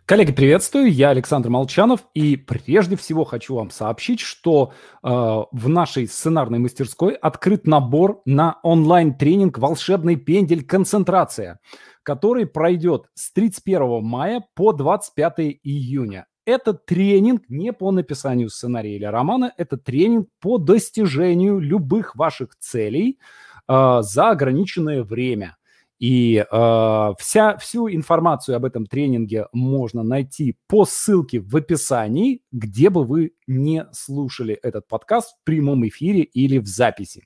Коллеги, приветствую, я Александр Молчанов, и прежде всего хочу вам сообщить, что в нашей сценарной мастерской открыт набор на онлайн-тренинг «Волшебный пендель. Концентрация», который пройдет с 31 мая по 25 июня. Это тренинг не по написанию сценария или романа, это тренинг по достижению любых ваших целей за ограниченное время. И всю информацию об этом тренинге можно найти по ссылке в описании, где бы вы не слушали этот подкаст в прямом эфире или в записи.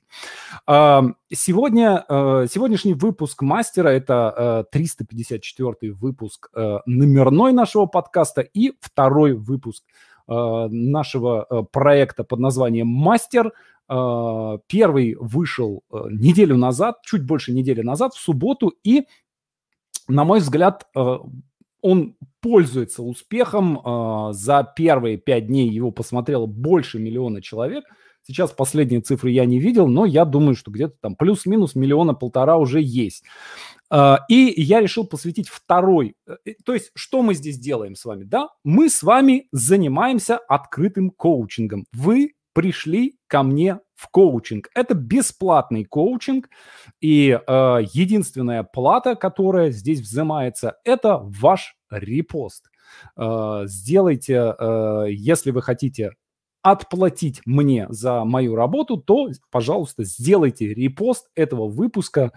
Сегодняшний выпуск «Мастера» — это 354-й выпуск номерной нашего подкаста и второй выпуск нашего проекта под названием «Мастер». Первый вышел неделю назад, чуть больше недели назад, в субботу, и, на мой взгляд, он пользуется успехом. За первые 5 дней его посмотрело больше 1 миллиона человек. Сейчас последние цифры я не видел, но я думаю, что где-то там плюс-минус 1,5 миллиона уже есть. И я решил посвятить второй. То есть, что мы здесь делаем с вами? Да, мы с вами занимаемся открытым коучингом. Вы пришли ко мне в коучинг. Это бесплатный коучинг, и единственная плата, которая здесь взимается, это ваш репост. Сделайте, если вы хотите отплатить мне за мою работу, то, пожалуйста, сделайте репост этого выпуска,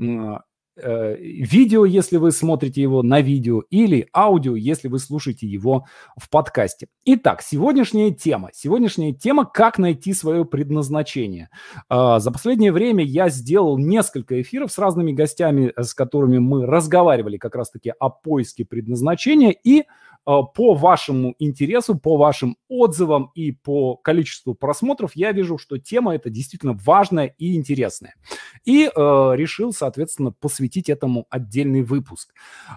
видео, если вы смотрите его на видео, или аудио, если вы слушаете его в подкасте. Итак, сегодняшняя тема, как найти свое предназначение. За последнее время я сделал несколько эфиров с разными гостями, с которыми мы разговаривали как раз-таки о поиске предназначения, и по вашему интересу, по вашим отзывам и по количеству просмотров я вижу, что тема эта действительно важная и интересная. И решил, соответственно, посвятить этому отдельный выпуск.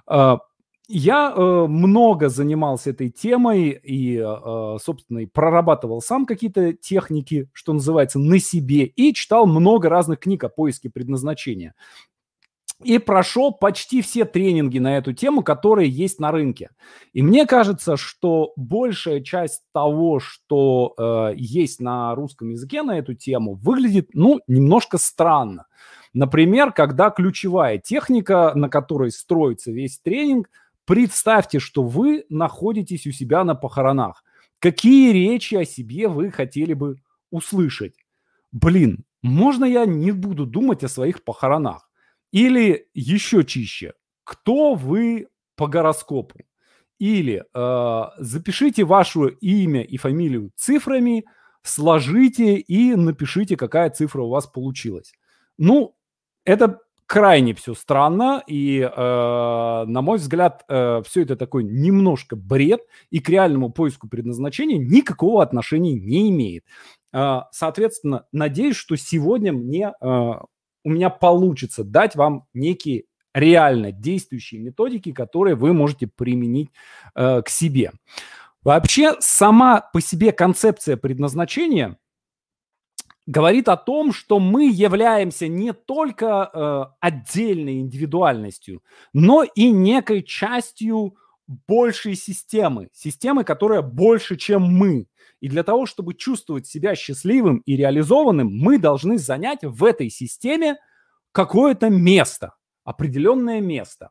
Я много занимался этой темой и, собственно, и прорабатывал сам какие-то техники, что называется, на себе, и читал много разных книг о поиске предназначения. И прошел почти все тренинги на эту тему, которые есть на рынке. И мне кажется, что большая часть того, что есть на русском языке на эту тему, выглядит, немножко странно. Например, когда ключевая техника, на которой строится весь тренинг, представьте, что вы находитесь у себя на похоронах. Какие речи о себе вы хотели бы услышать? Можно я не буду думать о своих похоронах? Или еще чище, кто вы по гороскопу? Или запишите ваше имя и фамилию цифрами, сложите и напишите, какая цифра у вас получилась. Это крайне все странно, и, на мой взгляд, все это такой немножко бред, и к реальному поиску предназначения никакого отношения не имеет. Соответственно, надеюсь, что сегодня у меня получится дать вам некие реально действующие методики, которые вы можете применить к себе. Вообще, сама по себе концепция предназначения говорит о том, что мы являемся не только отдельной индивидуальностью, но и некой частью большей системы, которая больше, чем мы. И для того, чтобы чувствовать себя счастливым и реализованным, мы должны занять в этой системе какое-то место, определенное место.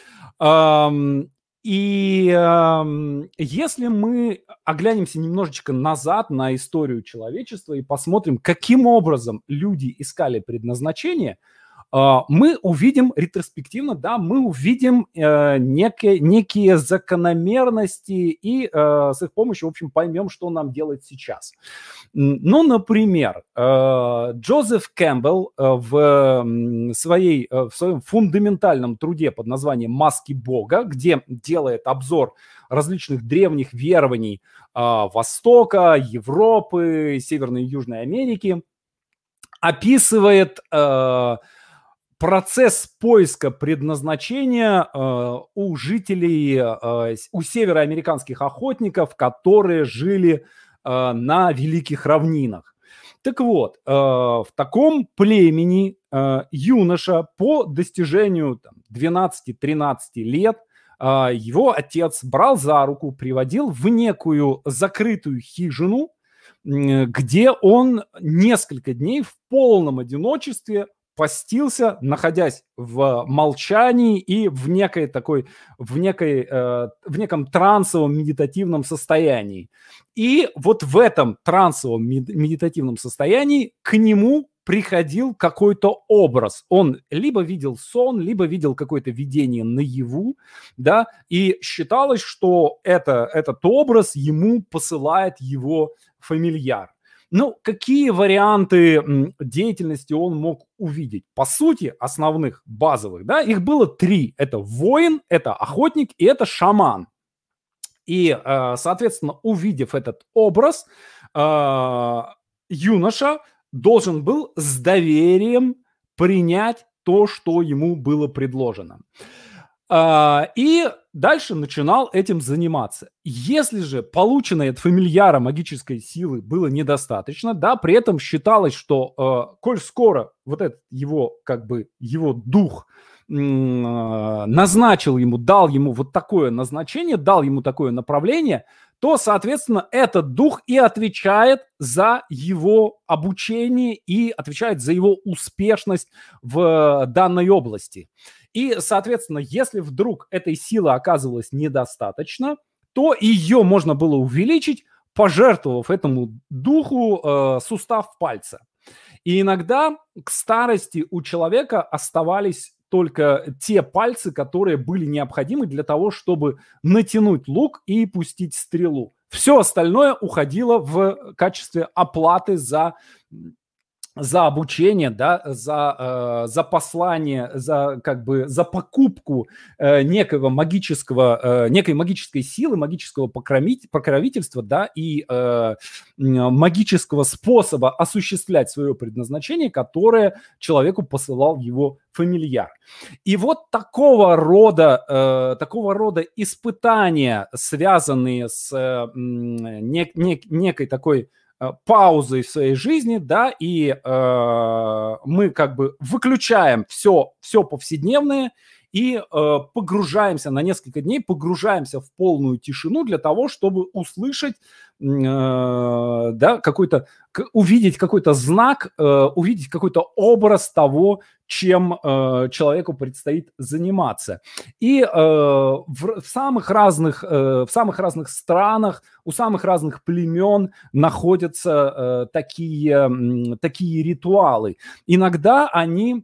Если мы оглянемся немножечко назад на историю человечества и посмотрим, каким образом люди искали предназначение, мы увидим ретроспективно, мы увидим некие закономерности и с их помощью, в общем, поймем, что нам делать сейчас. Например, Джозеф Кэмпбелл в своем фундаментальном труде под названием «Маски Бога», где делает обзор различных древних верований Востока, Европы, Северной и Южной Америки, описывает процесс поиска предназначения у жителей, у североамериканских охотников, которые жили на великих равнинах. Так вот, в таком племени юноша по достижению 12-13 лет его отец брал за руку, приводил в некую закрытую хижину, где он несколько дней в полном одиночестве постился, находясь в молчании и в неком трансовом медитативном состоянии. И вот в этом трансовом медитативном состоянии к нему приходил какой-то образ. Он либо видел сон, либо видел какое-то видение наяву, да, и считалось, что этот образ ему посылает его фамильяр. Ну, какие варианты деятельности он мог увидеть? По сути, основных, базовых, да, их было 3. Это воин, это охотник и это шаман. И, соответственно, увидев этот образ, юноша должен был с доверием принять то, что ему было предложено. И дальше начинал этим заниматься. Если же полученной от фамильяра магической силы было недостаточно, да, при этом считалось, что коль скоро вот этот его дух назначил ему, дал ему вот такое назначение, дал ему такое направление, то, соответственно, этот дух и отвечает за его обучение и отвечает за его успешность в данной области. И, соответственно, если вдруг этой силы оказывалось недостаточно, то ее можно было увеличить, пожертвовав этому духу сустав пальца. И иногда к старости у человека оставались только те пальцы, которые были необходимы для того, чтобы натянуть лук и пустить стрелу. Все остальное уходило в качестве оплаты за обучение, да, за послание, за покупку некой магической силы, магического покровительства, да, и магического способа осуществлять свое предназначение, которое человеку посылал его фамильяр. И вот такого рода испытания, связанные с некой такой паузой в своей жизни, да, и мы выключаем все повседневное и погружаемся на несколько дней, погружаемся в полную тишину для того, чтобы услышать, да, увидеть какой-то знак, увидеть какой-то образ того, чем человеку предстоит заниматься. И в самых разных странах, у самых разных племен находятся такие ритуалы. Иногда они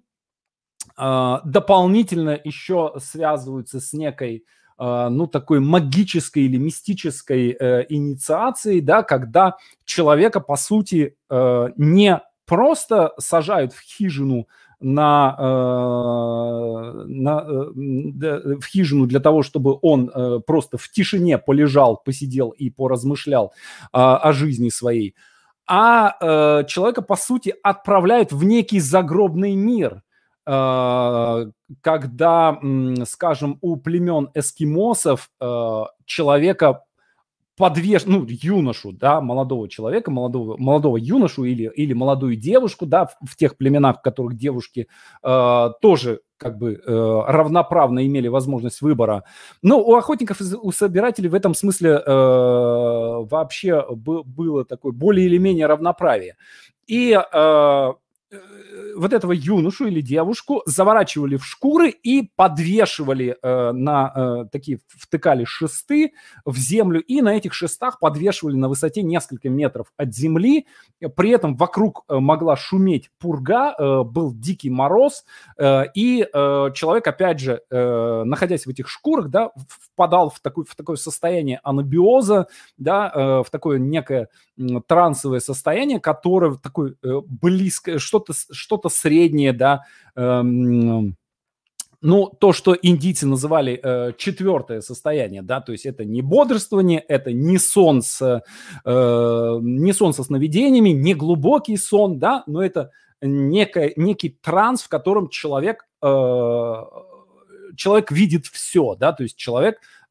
дополнительно еще связываются с некой такой магической или мистической инициацией, да, когда человека, по сути, не просто сажают в хижину в хижину для того, чтобы он просто в тишине полежал, посидел и поразмышлял о жизни своей, а человека, по сути, отправляют в некий загробный мир, когда, скажем, у племен эскимосов человека юношу, да, молодого человека, молодого юношу или молодую девушку, да, в тех племенах, в которых девушки тоже равноправно имели возможность выбора. Но у охотников и у собирателей в этом смысле вообще было такое более или менее равноправие. И вот этого юношу или девушку заворачивали в шкуры и подвешивали втыкали шесты в землю, и на этих шестах подвешивали на высоте несколько метров от земли. При этом вокруг могла шуметь пурга, был дикий мороз, и человек, опять же, находясь в этих шкурах, да, впадал в такое состояние анабиоза, да, в такое некое трансовое состояние, которое такое близкое, что-то среднее, да, то, что индийцы называли четвертое состояние, да, то есть это не бодрствование, это не сон со сновидениями, не глубокий сон, да, но это некий транс, в котором человек видит все, да, то есть человек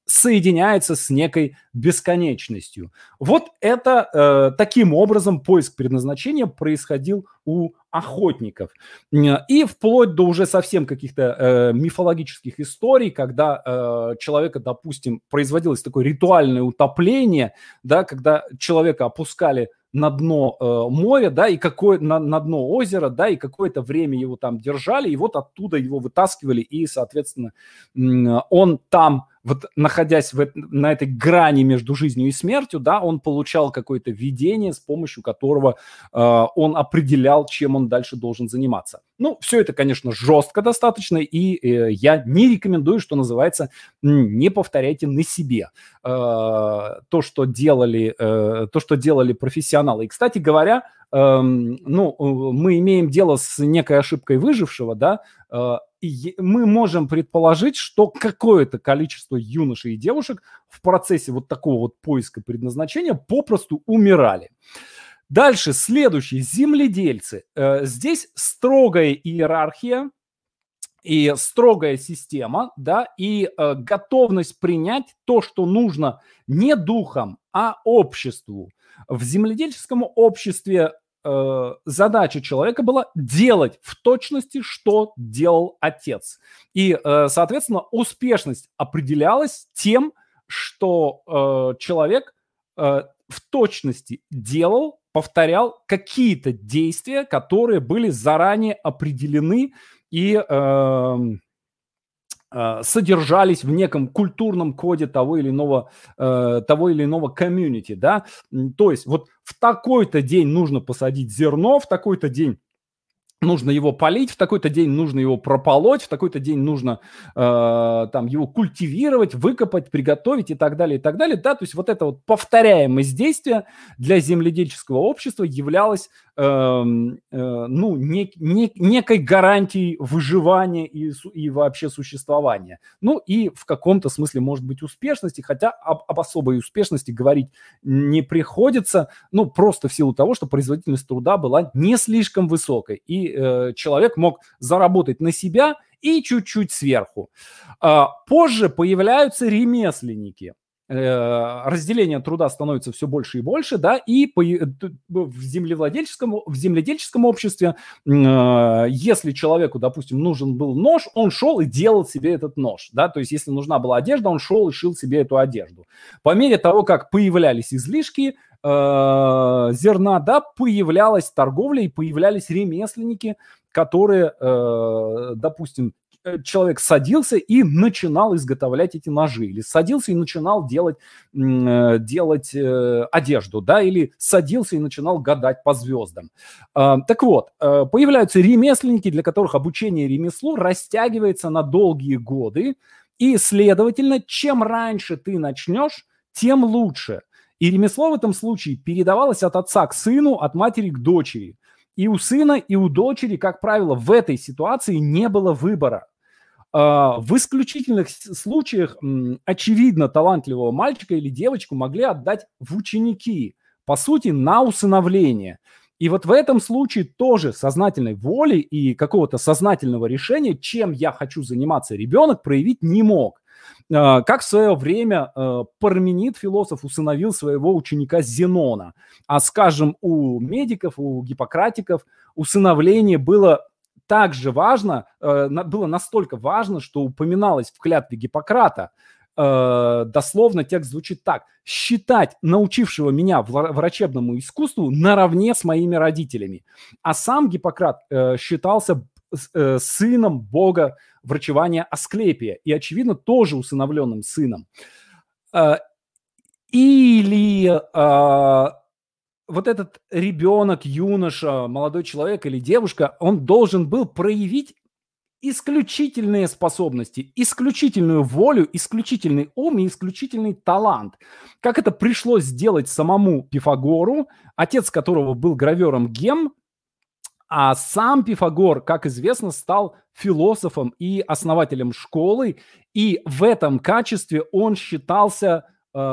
соединяется с некой бесконечностью. Вот это таким образом поиск предназначения происходил у охотников. И вплоть до уже совсем каких-то мифологических историй, когда человека, допустим, производилось такое ритуальное утопление, да, когда человека опускали на дно моря, да, и на дно озера, да, и какое-то время его там держали, и вот оттуда его вытаскивали, и, соответственно, он там, вот находясь на этой грани между жизнью и смертью, да, он получал какое-то видение, с помощью которого он определял, чем он дальше должен заниматься. Ну, все это, конечно, жестко достаточно, и я не рекомендую, что называется, не повторяйте на себе то, что делали профессионалы. И, кстати говоря, мы имеем дело с некой ошибкой выжившего, да, и мы можем предположить, что какое-то количество юношей и девушек в процессе вот такого вот поиска предназначения попросту умирали. Дальше, следующие, земледельцы. Здесь строгая иерархия и строгая система, да, и готовность принять то, что нужно не духом, а обществу. В земледельческом обществе задача человека была делать в точности, что делал отец. И, соответственно, успешность определялась тем, что человек в точности делал, повторял какие-то действия, которые были заранее определены и содержались в неком культурном коде того или иного комьюнити, да, то есть вот в такой-то день нужно посадить зерно, в такой-то день нужно его полить, в такой-то день нужно его прополоть, в такой-то день нужно там его культивировать, выкопать, приготовить и так далее, да, то есть вот это вот повторяемость действия для земледельческого общества являлась некой гарантией выживания и вообще существования. Ну и в каком-то смысле может быть успешности, хотя об особой успешности говорить не приходится, ну просто в силу того, что производительность труда была не слишком высокой, и человек мог заработать на себя и чуть-чуть сверху. Позже появляются ремесленники. Разделение труда становится все больше и больше, да, и в земледельческом обществе, если человеку, допустим, нужен был нож, он шел и делал себе этот нож, да, то есть если нужна была одежда, он шел и шил себе эту одежду. По мере того, как появлялись излишки зерна, да, появлялась торговля и появлялись ремесленники, которые, допустим, человек садился и начинал изготовлять эти ножи, или садился и начинал делать одежду, да, или садился и начинал гадать по звездам. Так вот, появляются ремесленники, для которых обучение ремеслу растягивается на долгие годы, и, следовательно, чем раньше ты начнешь, тем лучше. И ремесло в этом случае передавалось от отца к сыну, от матери к дочери. И у сына, и у дочери, как правило, в этой ситуации не было выбора. В исключительных случаях, очевидно, талантливого мальчика или девочку могли отдать в ученики, по сути, на усыновление. И вот в этом случае тоже сознательной воли и какого-то сознательного решения, чем я хочу заниматься, ребенок проявить не мог. Как в свое время Парменид, философ, усыновил своего ученика Зенона. А, скажем, у медиков, у гиппократиков усыновление было также важно, было настолько важно, что упоминалось в клятве Гиппократа. Дословно текст звучит так: считать научившего меня врачебному искусству наравне с моими родителями. А сам Гиппократ считался сыном бога врачевания Асклепия и, очевидно, тоже усыновленным сыном. Или вот этот ребенок, юноша, молодой человек или девушка, он должен был проявить исключительные способности, исключительную волю, исключительный ум и исключительный талант. Как это пришлось сделать самому Пифагору, отец которого был гравером Гем, а сам Пифагор, как известно, стал философом и основателем школы, и в этом качестве он считался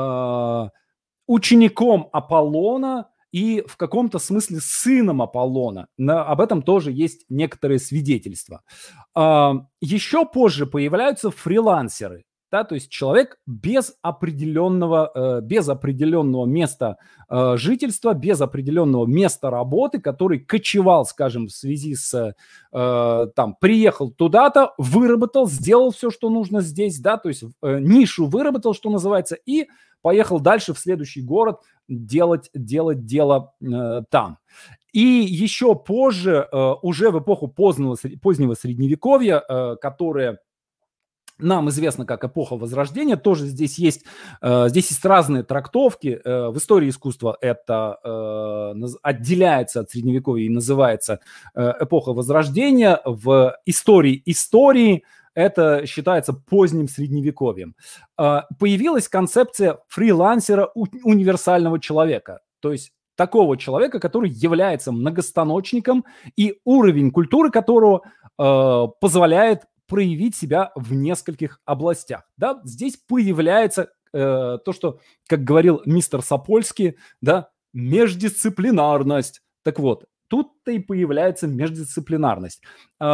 учеником Аполлона и в каком-то смысле сыном Аполлона. Об этом тоже есть некоторые свидетельства. Еще позже появляются фрилансеры. Да, то есть человек без определенного места жительства, без определенного места работы, который кочевал, скажем, в связи с, приехал туда-то, выработал, сделал все, что нужно здесь, да, то есть нишу выработал, что называется, и поехал дальше в следующий город делать дело там. И еще позже, уже в эпоху позднего Средневековья, которая нам известно как эпоха Возрождения, тоже здесь есть разные трактовки. В истории искусства это отделяется от Средневековья и называется эпоха Возрождения. В истории это считается поздним Средневековьем. Появилась концепция фрилансера универсального человека, то есть такого человека, который является многостаночником и уровень культуры которого позволяет проявить себя в нескольких областях. Да? Здесь появляется то, что, как говорил мистер Сапольский, да, междисциплинарность. Так вот, тут-то и появляется междисциплинарность.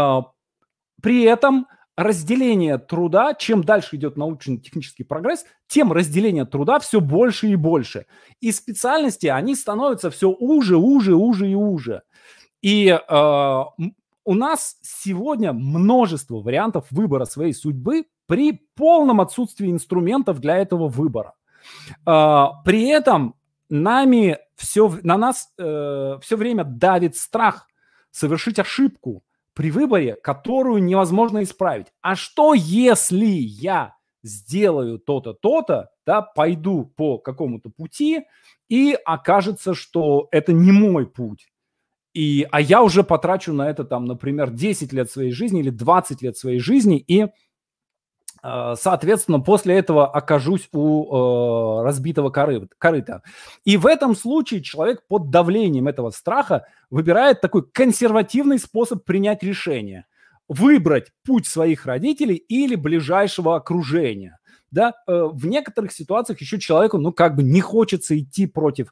При этом разделение труда, чем дальше идет научно-технический прогресс, тем разделение труда все больше и больше. И специальности, они становятся все уже и уже. И у нас сегодня множество вариантов выбора своей судьбы при полном отсутствии инструментов для этого выбора. При этом на нас все время давит страх совершить ошибку при выборе, которую невозможно исправить. А что, если я сделаю то-то, то-то, да, пойду по какому-то пути, и окажется, что это не мой путь? А я уже потрачу на это, например, 10 лет своей жизни или 20 лет своей жизни, и, соответственно, после этого окажусь у разбитого корыта. И в этом случае человек под давлением этого страха выбирает такой консервативный способ принять решение. Выбрать путь своих родителей или ближайшего окружения. Да, в некоторых ситуациях еще человеку, не хочется идти против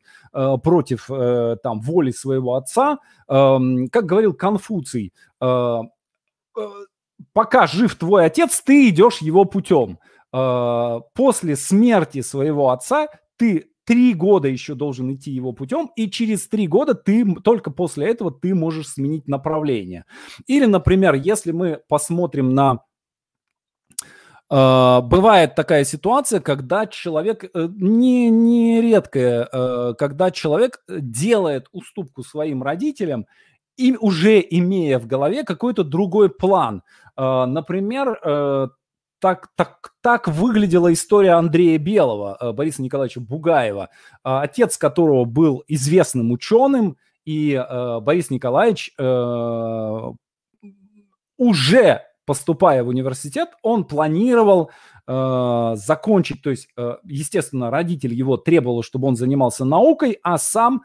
воли своего отца. Как говорил Конфуций, пока жив твой отец, ты идешь его путем. После смерти своего отца ты 3 года еще должен идти его путем, и через 3 года только после этого ты можешь сменить направление. Или, например, если мы посмотрим на... Бывает такая ситуация, когда человек, нередкая, когда человек делает уступку своим родителям, и уже имея в голове какой-то другой план. Например, так выглядела история Андрея Белого, Бориса Николаевича Бугаева, отец которого был известным ученым, и Борис Николаевич уже поступая в университет, он планировал закончить, то есть, естественно, родитель его требовал, чтобы он занимался наукой, а сам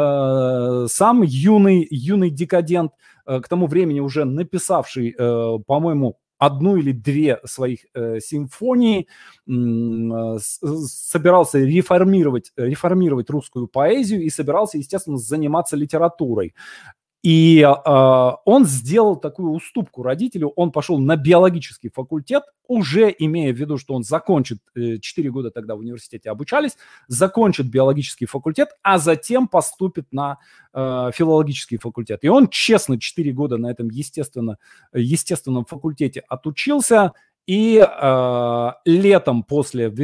юный декадент, к тому времени уже написавший, по-моему, 1 или 2 своих симфонии, собирался реформировать русскую поэзию и собирался, естественно, заниматься литературой. И он сделал такую уступку родителю, он пошел на биологический факультет, уже имея в виду, что он закончит, 4 года тогда в университете обучались, закончит биологический факультет, а затем поступит на филологический факультет. И он честно 4 года на этом естественном факультете отучился, и летом после, в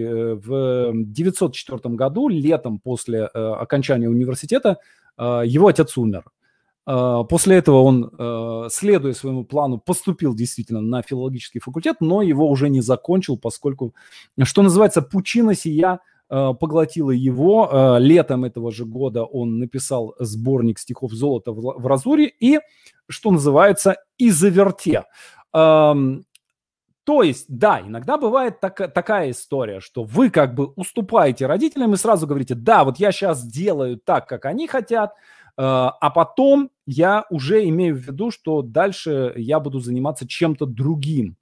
1904 году, летом после окончания университета, его отец умер. После этого он, следуя своему плану, поступил действительно на филологический факультет, но его уже не закончил, поскольку, что называется, пучина сия поглотила его. Летом этого же года он написал сборник стихов «Золото в Разуре» и, что называется, «И заверте». То есть, да, иногда бывает такая история, что вы как бы уступаете родителям и сразу говорите: да, вот я сейчас делаю так, как они хотят, а потом я уже имею в виду, что дальше я буду заниматься чем-то другим.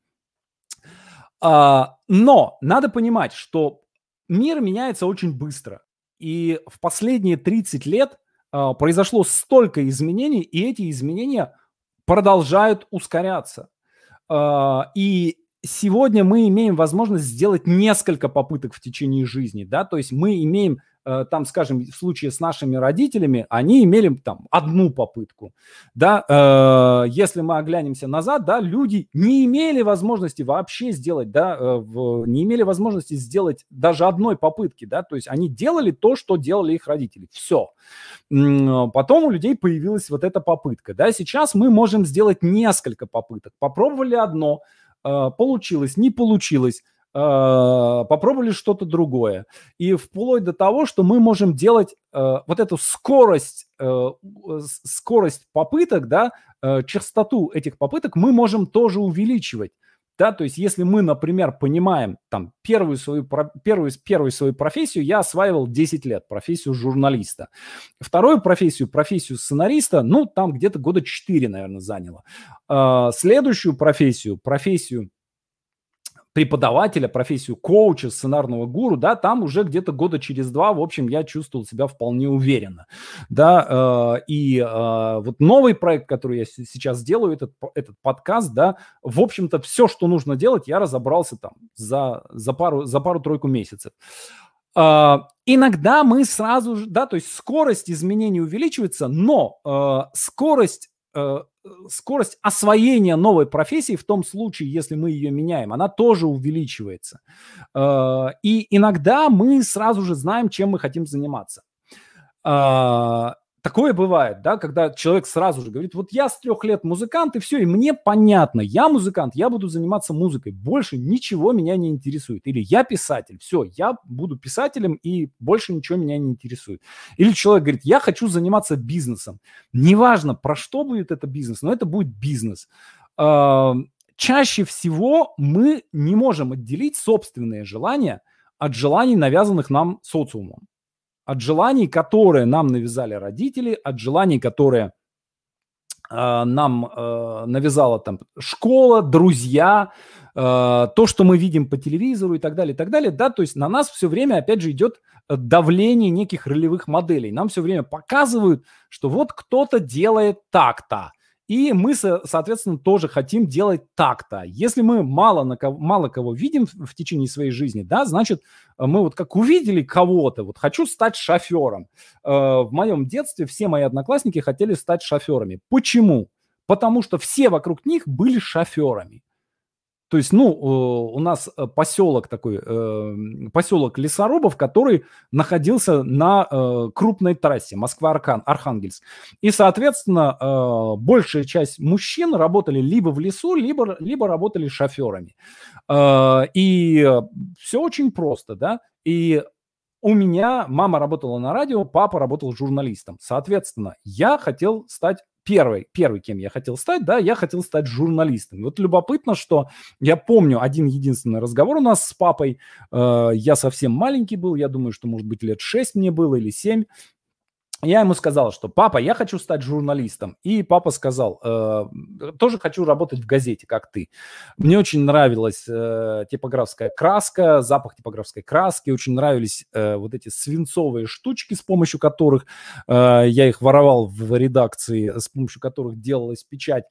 Но надо понимать, что мир меняется очень быстро. И в последние 30 лет произошло столько изменений, и эти изменения продолжают ускоряться. И сегодня мы имеем возможность сделать несколько попыток в течение жизни, да, то есть мы имеем, там, скажем, в случае с нашими родителями, они имели там одну попытку, да, если мы оглянемся назад, да, люди не имели возможности вообще сделать, да, не имели возможности сделать даже одной попытки, да, то есть они делали то, что делали их родители, все. Потом у людей появилась вот эта попытка, да, сейчас мы можем сделать несколько попыток, попробовали одно, получилось, не получилось, попробовали что-то другое. И вплоть до того, что мы можем делать вот эту скорость попыток, да, частоту этих попыток мы можем тоже увеличивать. Да, то есть если мы, например, понимаем, там, первую свою профессию я осваивал 10 лет, профессию журналиста. Вторую профессию сценариста, ну, там где-то года 4, наверное, заняло. Следующую профессию преподавателя, профессию коуча, сценарного гуру, да, там уже где-то года через 2, в общем, я чувствовал себя вполне уверенно, да, вот новый проект, который я сейчас делаю, этот подкаст, да, в общем-то, все, что нужно делать, я разобрался там за пару-тройку месяцев. Иногда мы сразу же, да, то есть скорость изменений увеличивается, но скорость освоения новой профессии в том случае, если мы ее меняем, она тоже увеличивается. И иногда мы сразу же знаем, чем мы хотим заниматься. Такое бывает, да, когда человек сразу же говорит, вот я с 3 лет музыкант, и все, и мне понятно, я музыкант, я буду заниматься музыкой, больше ничего меня не интересует. Или я писатель, все, я буду писателем, и больше ничего меня не интересует. Или человек говорит, я хочу заниматься бизнесом. Неважно, про что будет это бизнес, но это будет бизнес. Чаще всего мы не можем отделить собственные желания от желаний, навязанных нам социумом. От желаний, которые нам навязали родители, от желаний, которые нам навязала там школа, друзья, то, что мы видим по телевизору и так далее, да, то есть на нас все время, опять же, идет давление неких ролевых моделей. Нам все время показывают, что вот кто-то делает так-то, и мы, соответственно, тоже хотим делать так-то. Если мы мало кого видим в течение своей жизни, да, значит, мы вот как увидели кого-то, вот хочу стать шофером. В моем детстве все мои одноклассники хотели стать шоферами. Почему? Потому что все вокруг них были шоферами. То есть, у нас поселок такой, поселок лесорубов, который находился на крупной трассе Москва-Архангельск. И, соответственно, большая часть мужчин работали либо в лесу, либо работали шоферами. И все очень просто, да. И у меня мама работала на радио, папа работал журналистом. Соответственно, я хотел стать первый, кем я хотел стать, да, я хотел стать журналистом. Вот любопытно, что я помню один единственный разговор у нас с папой. Я совсем маленький был, я думаю, что, может быть, лет 6 мне было или 7. Я ему сказал, что папа, я хочу стать журналистом. И папа сказал, тоже хочу работать в газете, как ты. Мне очень нравилась типографская краска, запах типографской краски, очень нравились вот эти свинцовые штучки, с помощью которых я их воровал в редакции, с помощью которых делалась печать.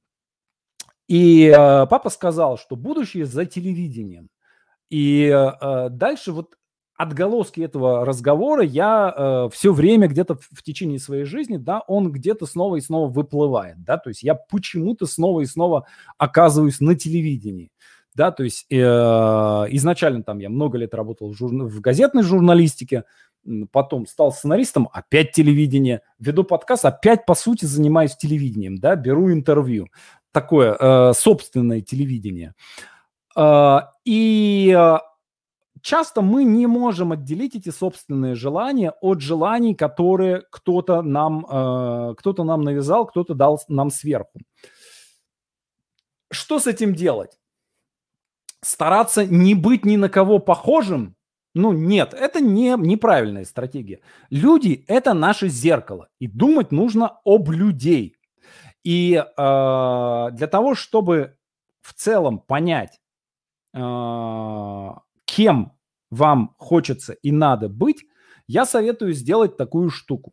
И папа сказал, что будущее за телевидением. И дальше вот отголоски этого разговора я все время где-то в течение своей жизни, да, он где-то снова и снова выплывает, да, то есть я почему-то снова и снова оказываюсь на телевидении, да, то есть изначально там я много лет работал в газетной журналистике, потом стал сценаристом, опять телевидение, веду подкаст, опять, по сути, занимаюсь телевидением, да, беру интервью, такое собственное телевидение. И часто мы не можем отделить эти собственные желания от желаний, которые кто-то нам навязал, кто-то дал нам сверху. Что с этим делать? Стараться не быть ни на кого похожим? Ну, нет, это неправильная стратегия. Люди – это наше зеркало, и думать нужно об людей. И для того, чтобы в целом понять, кем вам хочется и надо быть, я советую сделать такую штуку.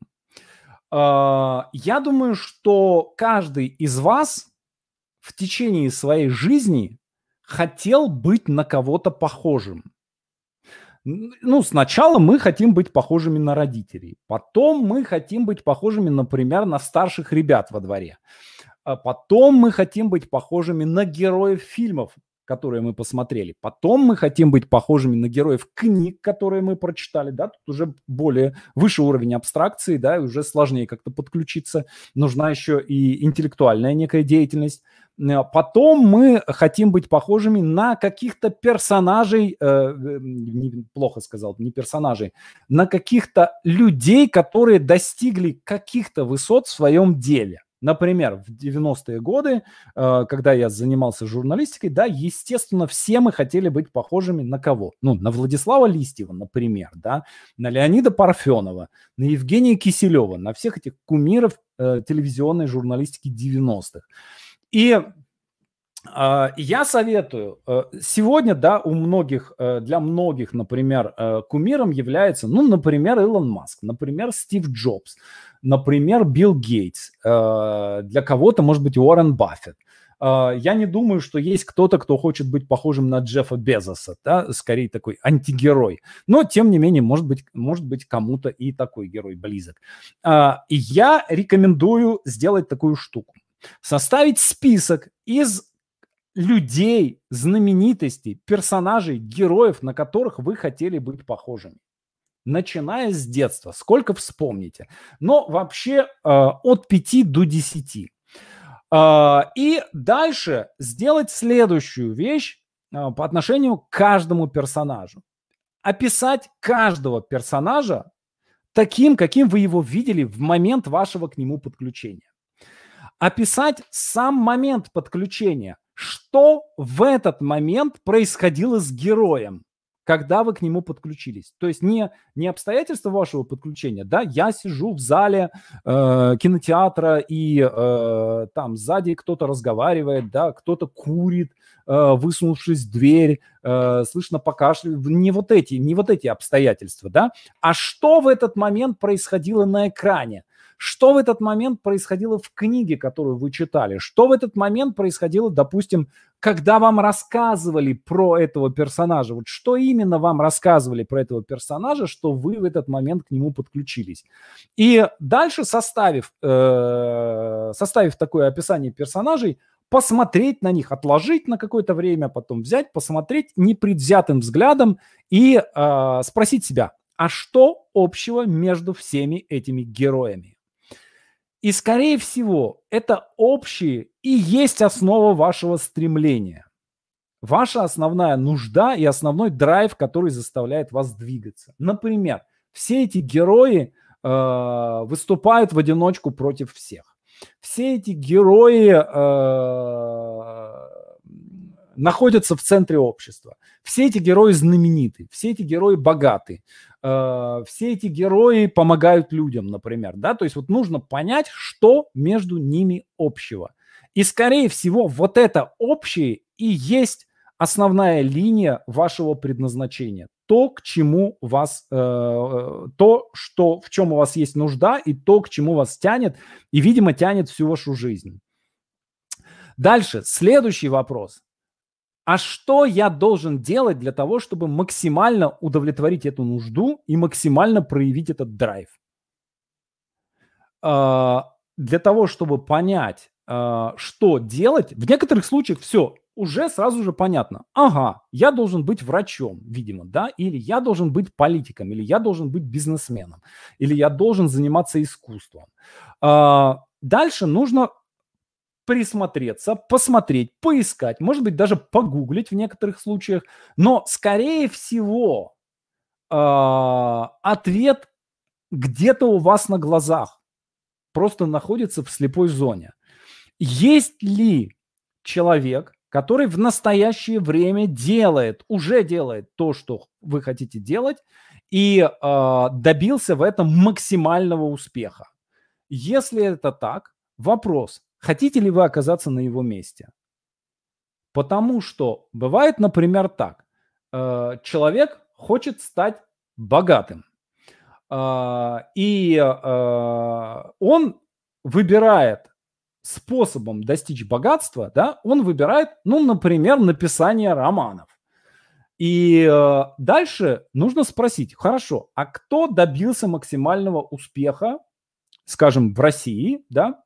Я думаю, что каждый из вас в течение своей жизни хотел быть на кого-то похожим. Ну, сначала мы хотим быть похожими на родителей, потом мы хотим быть похожими, например, на старших ребят во дворе, а потом мы хотим быть похожими на героев фильмов, которые мы посмотрели, потом мы хотим быть похожими на героев книг, которые мы прочитали, да, тут уже более выше уровень абстракции, да, и уже сложнее как-то подключиться, нужна еще и интеллектуальная некая деятельность. Потом мы хотим быть похожими на каких-то персонажей, плохо сказал, не персонажей, на каких-то людей, которые достигли каких-то высот в своем деле. Например, в 90-е годы, когда я занимался журналистикой, да, естественно, все мы хотели быть похожими на кого? Ну, на Владислава Листьева, например, да, на Леонида Парфенова, на Евгения Киселева, на всех этих кумиров телевизионной журналистики 90-х. И я советую, сегодня, да, у многих, для многих, например, кумиром является, ну, например, Илон Маск, например, Стив Джобс, например, Билл Гейтс, для кого-то, может быть, Уоррен Баффет. Я не думаю, что есть кто-то, кто хочет быть похожим на Джеффа Безоса, да, скорее такой антигерой. Но, тем не менее, может быть кому-то и такой герой близок. И я рекомендую сделать такую штуку. Составить список из людей, знаменитостей, персонажей, героев, на которых вы хотели быть похожими. Начиная с детства, сколько вспомните. Но вообще от 5 до 10. И дальше сделать следующую вещь по отношению к каждому персонажу. Описать каждого персонажа таким, каким вы его видели в момент вашего к нему подключения. Описать сам момент подключения. Что в этот момент происходило с героем, когда вы к нему подключились. То есть не обстоятельства вашего подключения, да, я сижу в зале кинотеатра, и там сзади кто-то разговаривает, да, кто-то курит, высунувшись в дверь, слышно покашливание. Не вот эти обстоятельства, да, а что в этот момент происходило на экране? Что в этот момент происходило в книге, которую вы читали? Что в этот момент происходило, допустим, когда вам рассказывали про этого персонажа? Вот что именно вам рассказывали про этого персонажа, что вы в этот момент к нему подключились? И дальше, составив такое описание персонажей, посмотреть на них, отложить на какое-то время, потом взять, посмотреть непредвзятым взглядом и спросить себя, а что общего между всеми этими героями? И, скорее всего, это общее и есть основа вашего стремления. Ваша основная нужда и основной драйв, который заставляет вас двигаться. Например, все эти герои выступают в одиночку против всех. Все эти герои находятся в центре общества. Все эти герои знамениты, все эти герои богаты, все эти герои помогают людям, например, да, то есть вот нужно понять, что между ними общего. И, скорее всего, вот это общее и есть основная линия вашего предназначения. То, к чему вас, в чем у вас есть нужда, и то, к чему вас тянет, и, видимо, тянет всю вашу жизнь. Дальше, следующий вопрос. А что я должен делать для того, чтобы максимально удовлетворить эту нужду и максимально проявить этот драйв? Для того, чтобы понять, что делать, в некоторых случаях все, уже сразу же понятно. Ага, я должен быть врачом, видимо, да, или я должен быть политиком, или я должен быть бизнесменом, или я должен заниматься искусством. Дальше нужно присмотреться, посмотреть, поискать, может быть, даже погуглить в некоторых случаях, но, скорее всего, ответ где-то у вас на глазах, просто находится в слепой зоне. Есть ли человек, который в настоящее время уже делает то, что вы хотите делать, и добился в этом максимального успеха? Если это так, вопрос: хотите ли вы оказаться на его месте? Потому что бывает, например, так. Человек хочет стать богатым. И он выбирает способом достичь богатства, да, он выбирает, ну, например, написание романов. И дальше нужно спросить, хорошо, а кто добился максимального успеха, скажем, в России, да,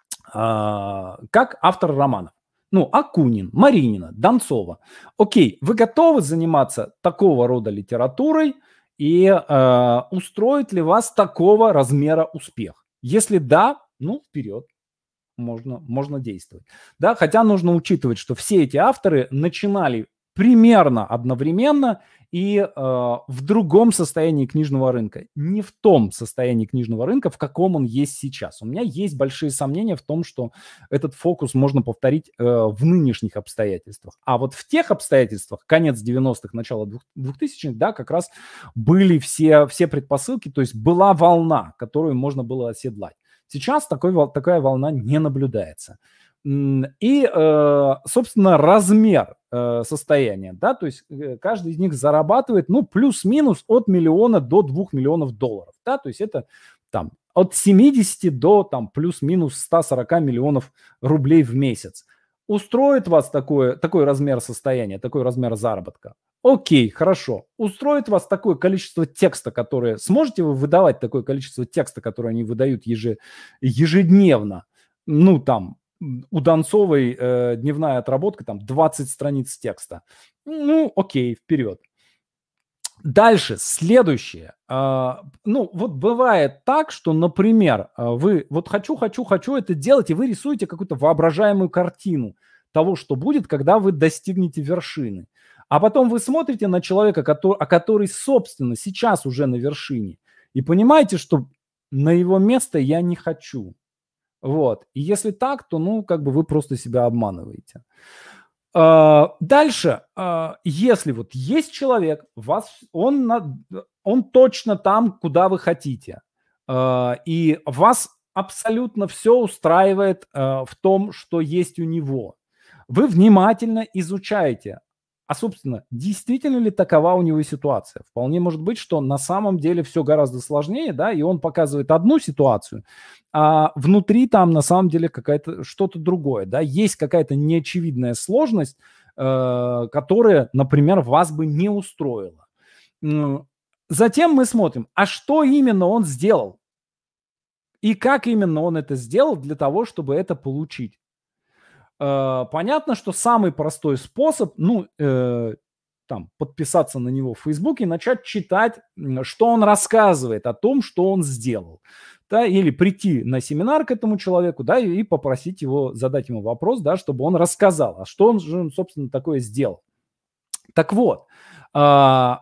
как автор романов? Ну, Акунин, Маринина, Донцова. Окей, вы готовы заниматься такого рода литературой и устроит ли вас такого размера успех? Если да, ну, вперед. Можно действовать. Да, хотя нужно учитывать, что все эти авторы начинали примерно одновременно и в другом состоянии книжного рынка. Не в том состоянии книжного рынка, в каком он есть сейчас. У меня есть большие сомнения в том, что этот фокус можно повторить в нынешних обстоятельствах. А вот в тех обстоятельствах, конец 90-х, начало 2000-х, да, как раз были все предпосылки, то есть была волна, которую можно было оседлать. Сейчас такая волна не наблюдается. И, собственно, размер состояния, да, то есть каждый из них зарабатывает, ну, плюс-минус от миллиона до 2 миллионов долларов, да, то есть это там от 70 до там плюс-минус 140 миллионов рублей в месяц. Устроит вас такой размер состояния, такой размер заработка? Окей, хорошо. Устроит вас такое количество текста, которое... Сможете вы выдавать такое количество текста, которое они выдают ежедневно? Ну, там, у Донцовой дневная отработка, там, 20 страниц текста. Ну, окей, вперед. Дальше, следующее. Ну, вот бывает так, что, например, вы вот хочу это делать, и вы рисуете какую-то воображаемую картину того, что будет, когда вы достигнете вершины. А потом вы смотрите на человека, который, собственно, сейчас уже на вершине, и понимаете, что на его место я не хочу. Вот. И если так, то, ну, как бы вы просто себя обманываете. Дальше, если вот есть человек, он точно там, куда вы хотите, и вас абсолютно все устраивает в том, что есть у него. Вы внимательно изучаете, а, собственно, действительно ли такова у него ситуация? Вполне может быть, что на самом деле все гораздо сложнее, да, и он показывает одну ситуацию, а внутри там на самом деле какая-то что-то другое, да, есть какая-то неочевидная сложность, которая, например, вас бы не устроила. Затем мы смотрим, а что именно он сделал? И как именно он это сделал для того, чтобы это получить? Понятно, что самый простой способ, ну, там, подписаться на него в Фейсбуке и начать читать, что он рассказывает о том, что он сделал. Да, или прийти на семинар к этому человеку, да, и попросить его, задать ему вопрос, да, чтобы он рассказал, а что он же, собственно, такое сделал. Так вот, дело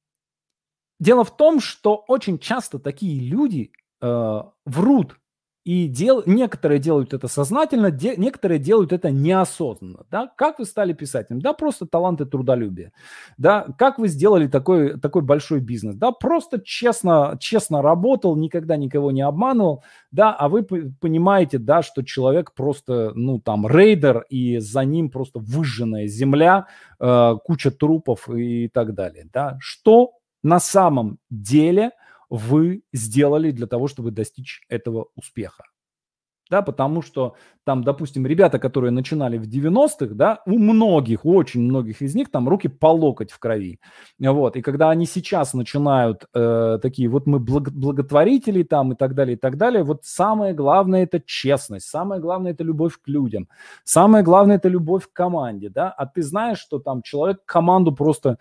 в том, что очень часто такие люди врут. И некоторые делают это сознательно, некоторые делают это неосознанно. Да? Как вы стали писателем? Да, просто талант и трудолюбие. Да? Как вы сделали такой большой бизнес? Да, просто честно работал, никогда никого не обманывал. Да, а вы понимаете, да, что человек просто, ну, там, рейдер, и за ним просто выжженная земля, куча трупов и так далее. Да? Что на самом деле вы сделали для того, чтобы достичь этого успеха? Да, потому что там, допустим, ребята, которые начинали в 90-х, да, у очень многих из них там руки по локоть в крови. Вот. И когда они сейчас начинают такие, вот мы благотворители там и так далее, вот самое главное – это честность, самое главное – это любовь к людям, самое главное – это любовь к команде, да, а ты знаешь, что там человек команду просто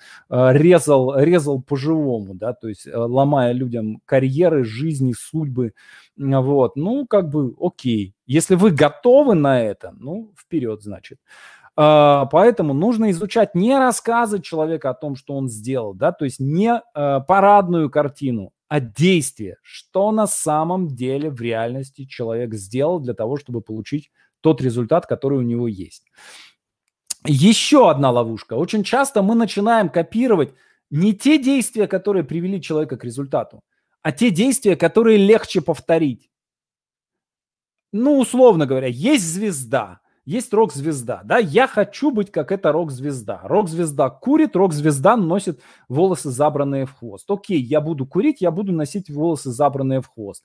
резал по-живому, да, то есть ломая людям карьеры, жизни, судьбы, вот, ну, как бы, окей. Если вы готовы на это, ну, вперед, значит. Поэтому нужно изучать не рассказы человека о том, что он сделал, да, то есть не парадную картину, а действие, что на самом деле в реальности человек сделал для того, чтобы получить тот результат, который у него есть. Еще одна ловушка. Очень часто мы начинаем копировать не те действия, которые привели человека к результату, а те действия, которые легче повторить. Ну, условно говоря, есть звезда, есть рок-звезда, да, я хочу быть как эта рок-звезда. Рок-звезда курит, рок-звезда носит волосы, забранные в хвост. Окей, я буду курить, я буду носить волосы, забранные в хвост.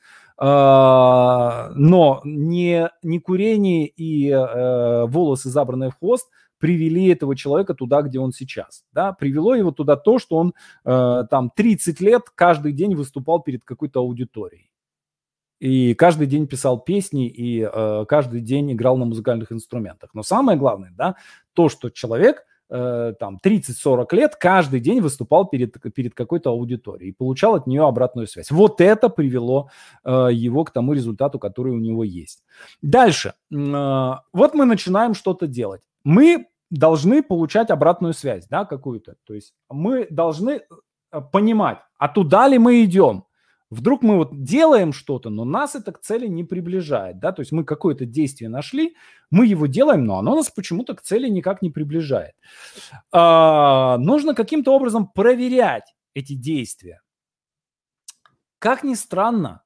Но не курение и волосы, забранные в хвост, привели этого человека туда, где он сейчас. Да? Привело его туда то, что он там 30 лет каждый день выступал перед какой-то аудиторией. И каждый день писал песни, и каждый день играл на музыкальных инструментах. Но самое главное, да, то, что человек там 30-40 лет каждый день выступал перед какой-то аудиторией и получал от нее обратную связь. Вот это привело его к тому результату, который у него есть. Дальше. Вот мы начинаем что-то делать. Мы должны получать обратную связь, да, какую-то. То есть мы должны понимать, а туда ли мы идем. Вдруг мы вот делаем что-то, но нас это к цели не приближает, да, то есть мы какое-то действие нашли, мы его делаем, но оно нас почему-то к цели никак не приближает. Нужно каким-то образом проверять эти действия. Как ни странно,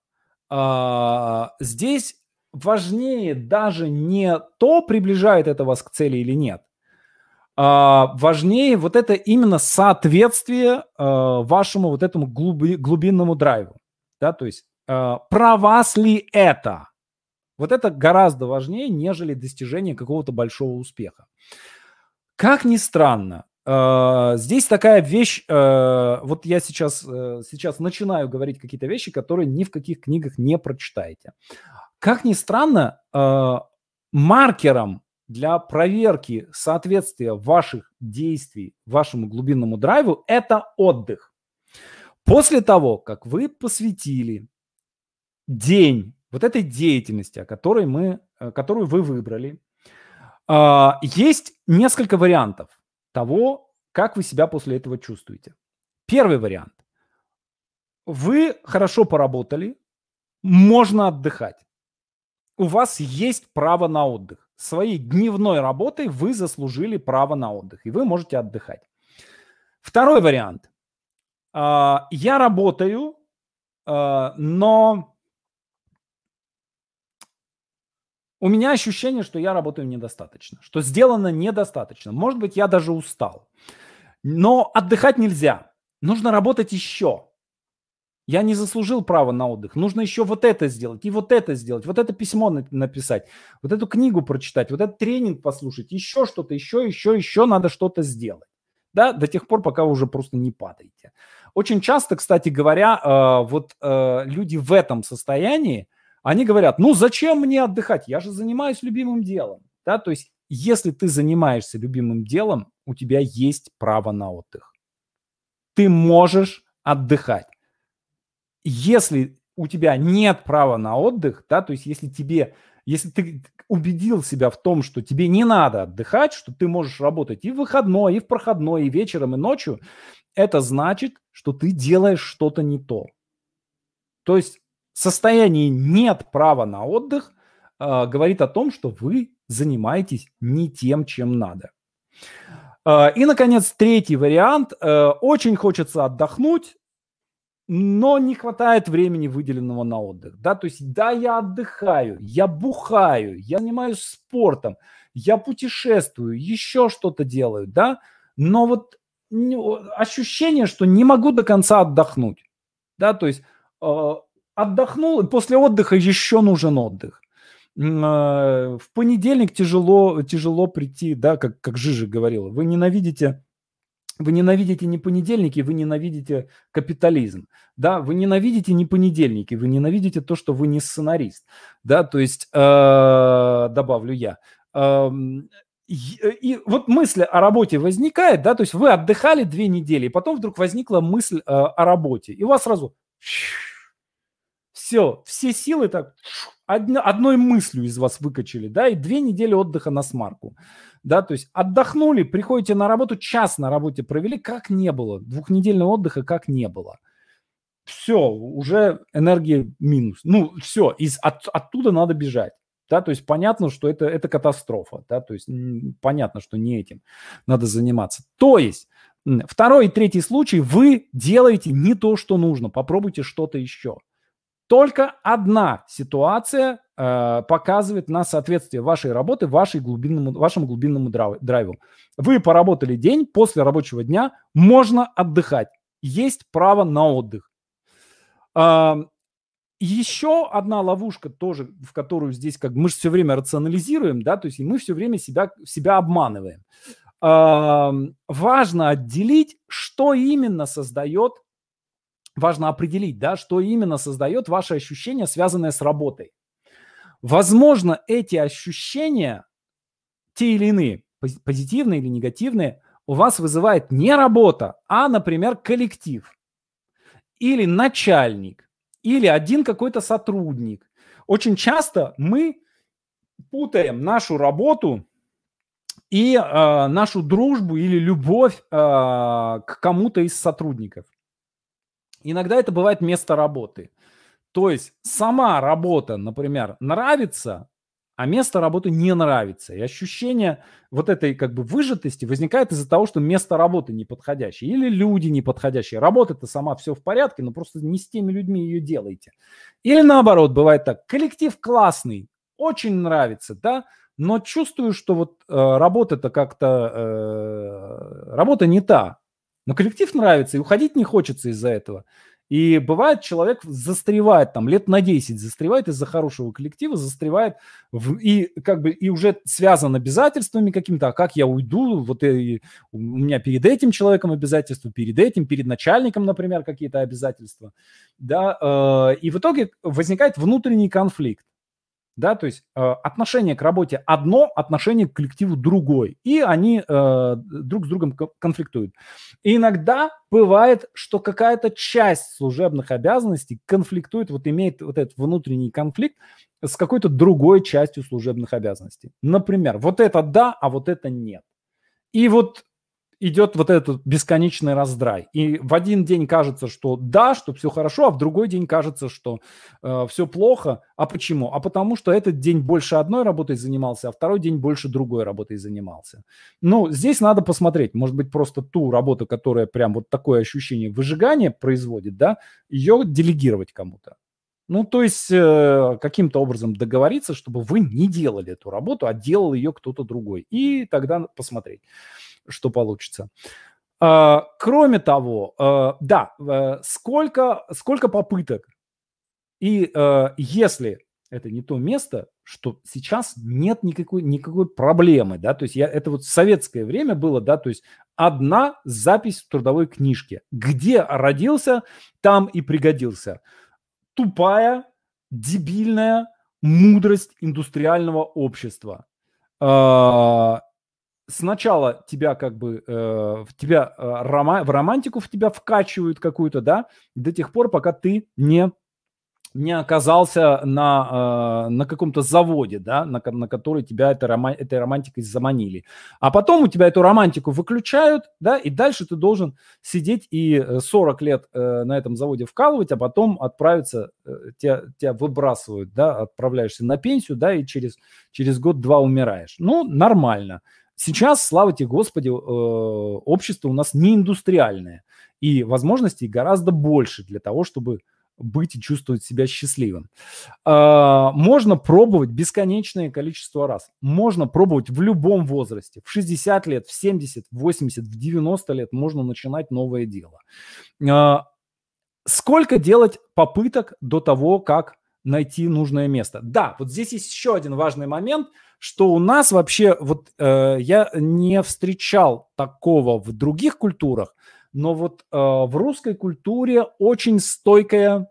здесь важнее даже не то, приближает это вас к цели или нет, важнее вот это именно соответствие вашему вот этому глубинному драйву. Да, то есть про вас ли это? Вот это гораздо важнее, нежели достижение какого-то большого успеха. Как ни странно, здесь такая вещь, вот я сейчас начинаю говорить какие-то вещи, которые ни в каких книгах не прочитаете. Как ни странно, маркером для проверки соответствия ваших действий вашему глубинному драйву это отдых. После того, как вы посвятили день вот этой деятельности, которую вы выбрали, есть несколько вариантов того, как вы себя после этого чувствуете. Первый вариант. Вы хорошо поработали, можно отдыхать. У вас есть право на отдых. Своей дневной работой вы заслужили право на отдых, и вы можете отдыхать. Второй вариант. Я работаю, но у меня ощущение, что я работаю недостаточно, что сделано недостаточно. Может быть, я даже устал. Но отдыхать нельзя. Нужно работать еще. Я не заслужил права на отдых. Нужно еще вот это сделать, и вот это сделать, вот это письмо написать, вот эту книгу прочитать, вот этот тренинг послушать, еще что-то, еще надо что-то сделать. Да, до тех пор, пока вы уже просто не падаете. Очень часто, кстати говоря, люди в этом состоянии, они говорят, ну зачем мне отдыхать, я же занимаюсь любимым делом. Да? То есть, если ты занимаешься любимым делом, у тебя есть право на отдых. Ты можешь отдыхать. Если у тебя нет права на отдых, да, то есть если ты убедил себя в том, что тебе не надо отдыхать, что ты можешь работать и в выходной, и в проходной, и вечером, и ночью, это значит, что ты делаешь что-то не то. То есть состояние «нет права на отдых» говорит о том, что вы занимаетесь не тем, чем надо. И, наконец, третий вариант. Очень хочется отдохнуть, но не хватает времени, выделенного на отдых. Да? То есть, да, я отдыхаю, я бухаю, я занимаюсь спортом, я путешествую, еще что-то делаю, да, но вот ощущение, что не могу до конца отдохнуть. Да? То есть, отдохнул, и после отдыха еще нужен отдых. В понедельник тяжело прийти, да, как Жижа говорила. Вы ненавидите не понедельники, вы ненавидите капитализм. Да? Вы ненавидите не понедельники, вы ненавидите то, что вы не сценарист. Да? То есть, добавлю я. И вот мысль о работе возникает, да, то есть вы отдыхали 2 недели, и потом вдруг возникла мысль о работе, и у вас сразу все силы так одной мыслью из вас выкачали, да, и 2 недели отдыха на смарку. Да, то есть отдохнули, приходите на работу, час на работе провели, как не было. 2-недельного отдыха как не было. Все, уже энергия минус. Ну, все, оттуда надо бежать. Да, то есть понятно, что это катастрофа. Да, то есть понятно, что не этим надо заниматься. То есть второй и третий случай, вы делаете не то, что нужно. Попробуйте что-то еще. Только одна ситуация показывает на соответствие вашей работы вашему глубинному драйву. Вы поработали день, после рабочего дня можно отдыхать. Есть право на отдых. Еще одна ловушка тоже, в которую здесь мы же все время рационализируем, да, то есть мы все время себя обманываем. Важно отделить, что именно создает, важно определить, да, что именно создает ваши ощущения, связанные с работой. Возможно, эти ощущения, те или иные, позитивные или негативные, у вас вызывает не работа, а, например, коллектив или начальник, или один какой-то сотрудник. Очень часто мы путаем нашу работу и нашу дружбу или любовь к кому-то из сотрудников. Иногда это бывает место работы. То есть сама работа, например, нравится, а место работы не нравится. И ощущение вот этой выжатости возникает из-за того, что место работы неподходящее или люди неподходящие. Работа-то сама все в порядке, но просто не с теми людьми ее делаете. Или наоборот, бывает так. Коллектив классный, очень нравится, да, но чувствую, что работа-то как-то... работа не та. Но коллектив нравится, и уходить не хочется из-за этого. И бывает, человек застревает лет на 10, застревает из-за хорошего коллектива, застревает и уже связан обязательствами какими-то, а как я уйду, у меня перед этим человеком обязательства, перед начальником, например, какие-то обязательства, да, и в итоге возникает внутренний конфликт. Да, то есть отношение к работе одно, отношение к коллективу другой, и они друг с другом конфликтуют. И иногда бывает, что какая-то часть служебных обязанностей конфликтует, имеет этот внутренний конфликт с какой-то другой частью служебных обязанностей. Например, вот это да, а вот это нет. И идет этот бесконечный раздрай. И в один день кажется, что да, что все хорошо, а в другой день кажется, что все плохо. А почему? А потому что этот день больше одной работой занимался, а второй день больше другой работой занимался. Здесь надо посмотреть. Может быть, просто ту работу, которая прям такое ощущение выжигания производит, да, ее делегировать кому-то. То есть каким-то образом договориться, чтобы вы не делали эту работу, а делал ее кто-то другой. И тогда посмотреть, что получится. Кроме того, сколько попыток. И если это не то место, что сейчас нет никакой проблемы, да, то есть это в советское время было, да, то есть одна запись в трудовой книжке. Где родился, там и пригодился. Тупая, дебильная мудрость индустриального общества. Сначала тебя в романтику в тебя вкачивают какую-то, да, до тех пор, пока ты не оказался на каком-то заводе, да, на который тебя этой романтикой заманили. А потом у тебя эту романтику выключают, да, и дальше ты должен сидеть и 40 лет на этом заводе вкалывать, а потом отправиться, тебя выбрасывают, да, отправляешься на пенсию, да, и через год-два умираешь. Нормально. Сейчас, слава тебе, Господи, общество у нас не индустриальное, и возможностей гораздо больше для того, чтобы быть и чувствовать себя счастливым. Можно пробовать бесконечное количество раз. Можно пробовать в любом возрасте. В 60 лет, в 70, в 80, в 90 лет можно начинать новое дело. Сколько делать попыток до того, как найти нужное место? Да, здесь есть еще один важный момент, что у нас вообще, я не встречал такого в других культурах, но в русской культуре очень стойкая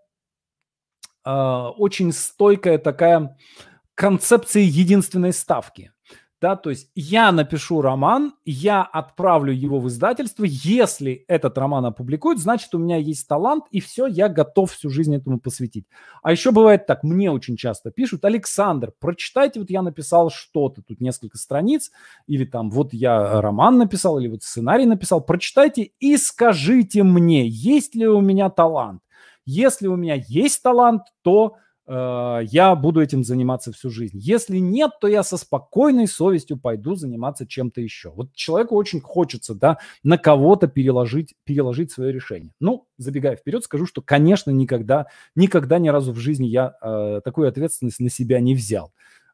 такая концепция единственной ставки. Да, то есть я напишу роман, я отправлю его в издательство, если этот роман опубликуют, значит, у меня есть талант, и все, я готов всю жизнь этому посвятить. А еще бывает так, мне очень часто пишут: Александр, прочитайте, я написал что-то, тут несколько страниц, или я роман написал, или сценарий написал, прочитайте и скажите мне, есть ли у меня талант. Если у меня есть талант, то я буду этим заниматься всю жизнь. Если нет, то я со спокойной совестью пойду заниматься чем-то еще. Вот человеку очень хочется, да, на кого-то переложить свое решение. Ну, забегая вперед, скажу, что, конечно, никогда ни разу в жизни я такую ответственность на себя не взял.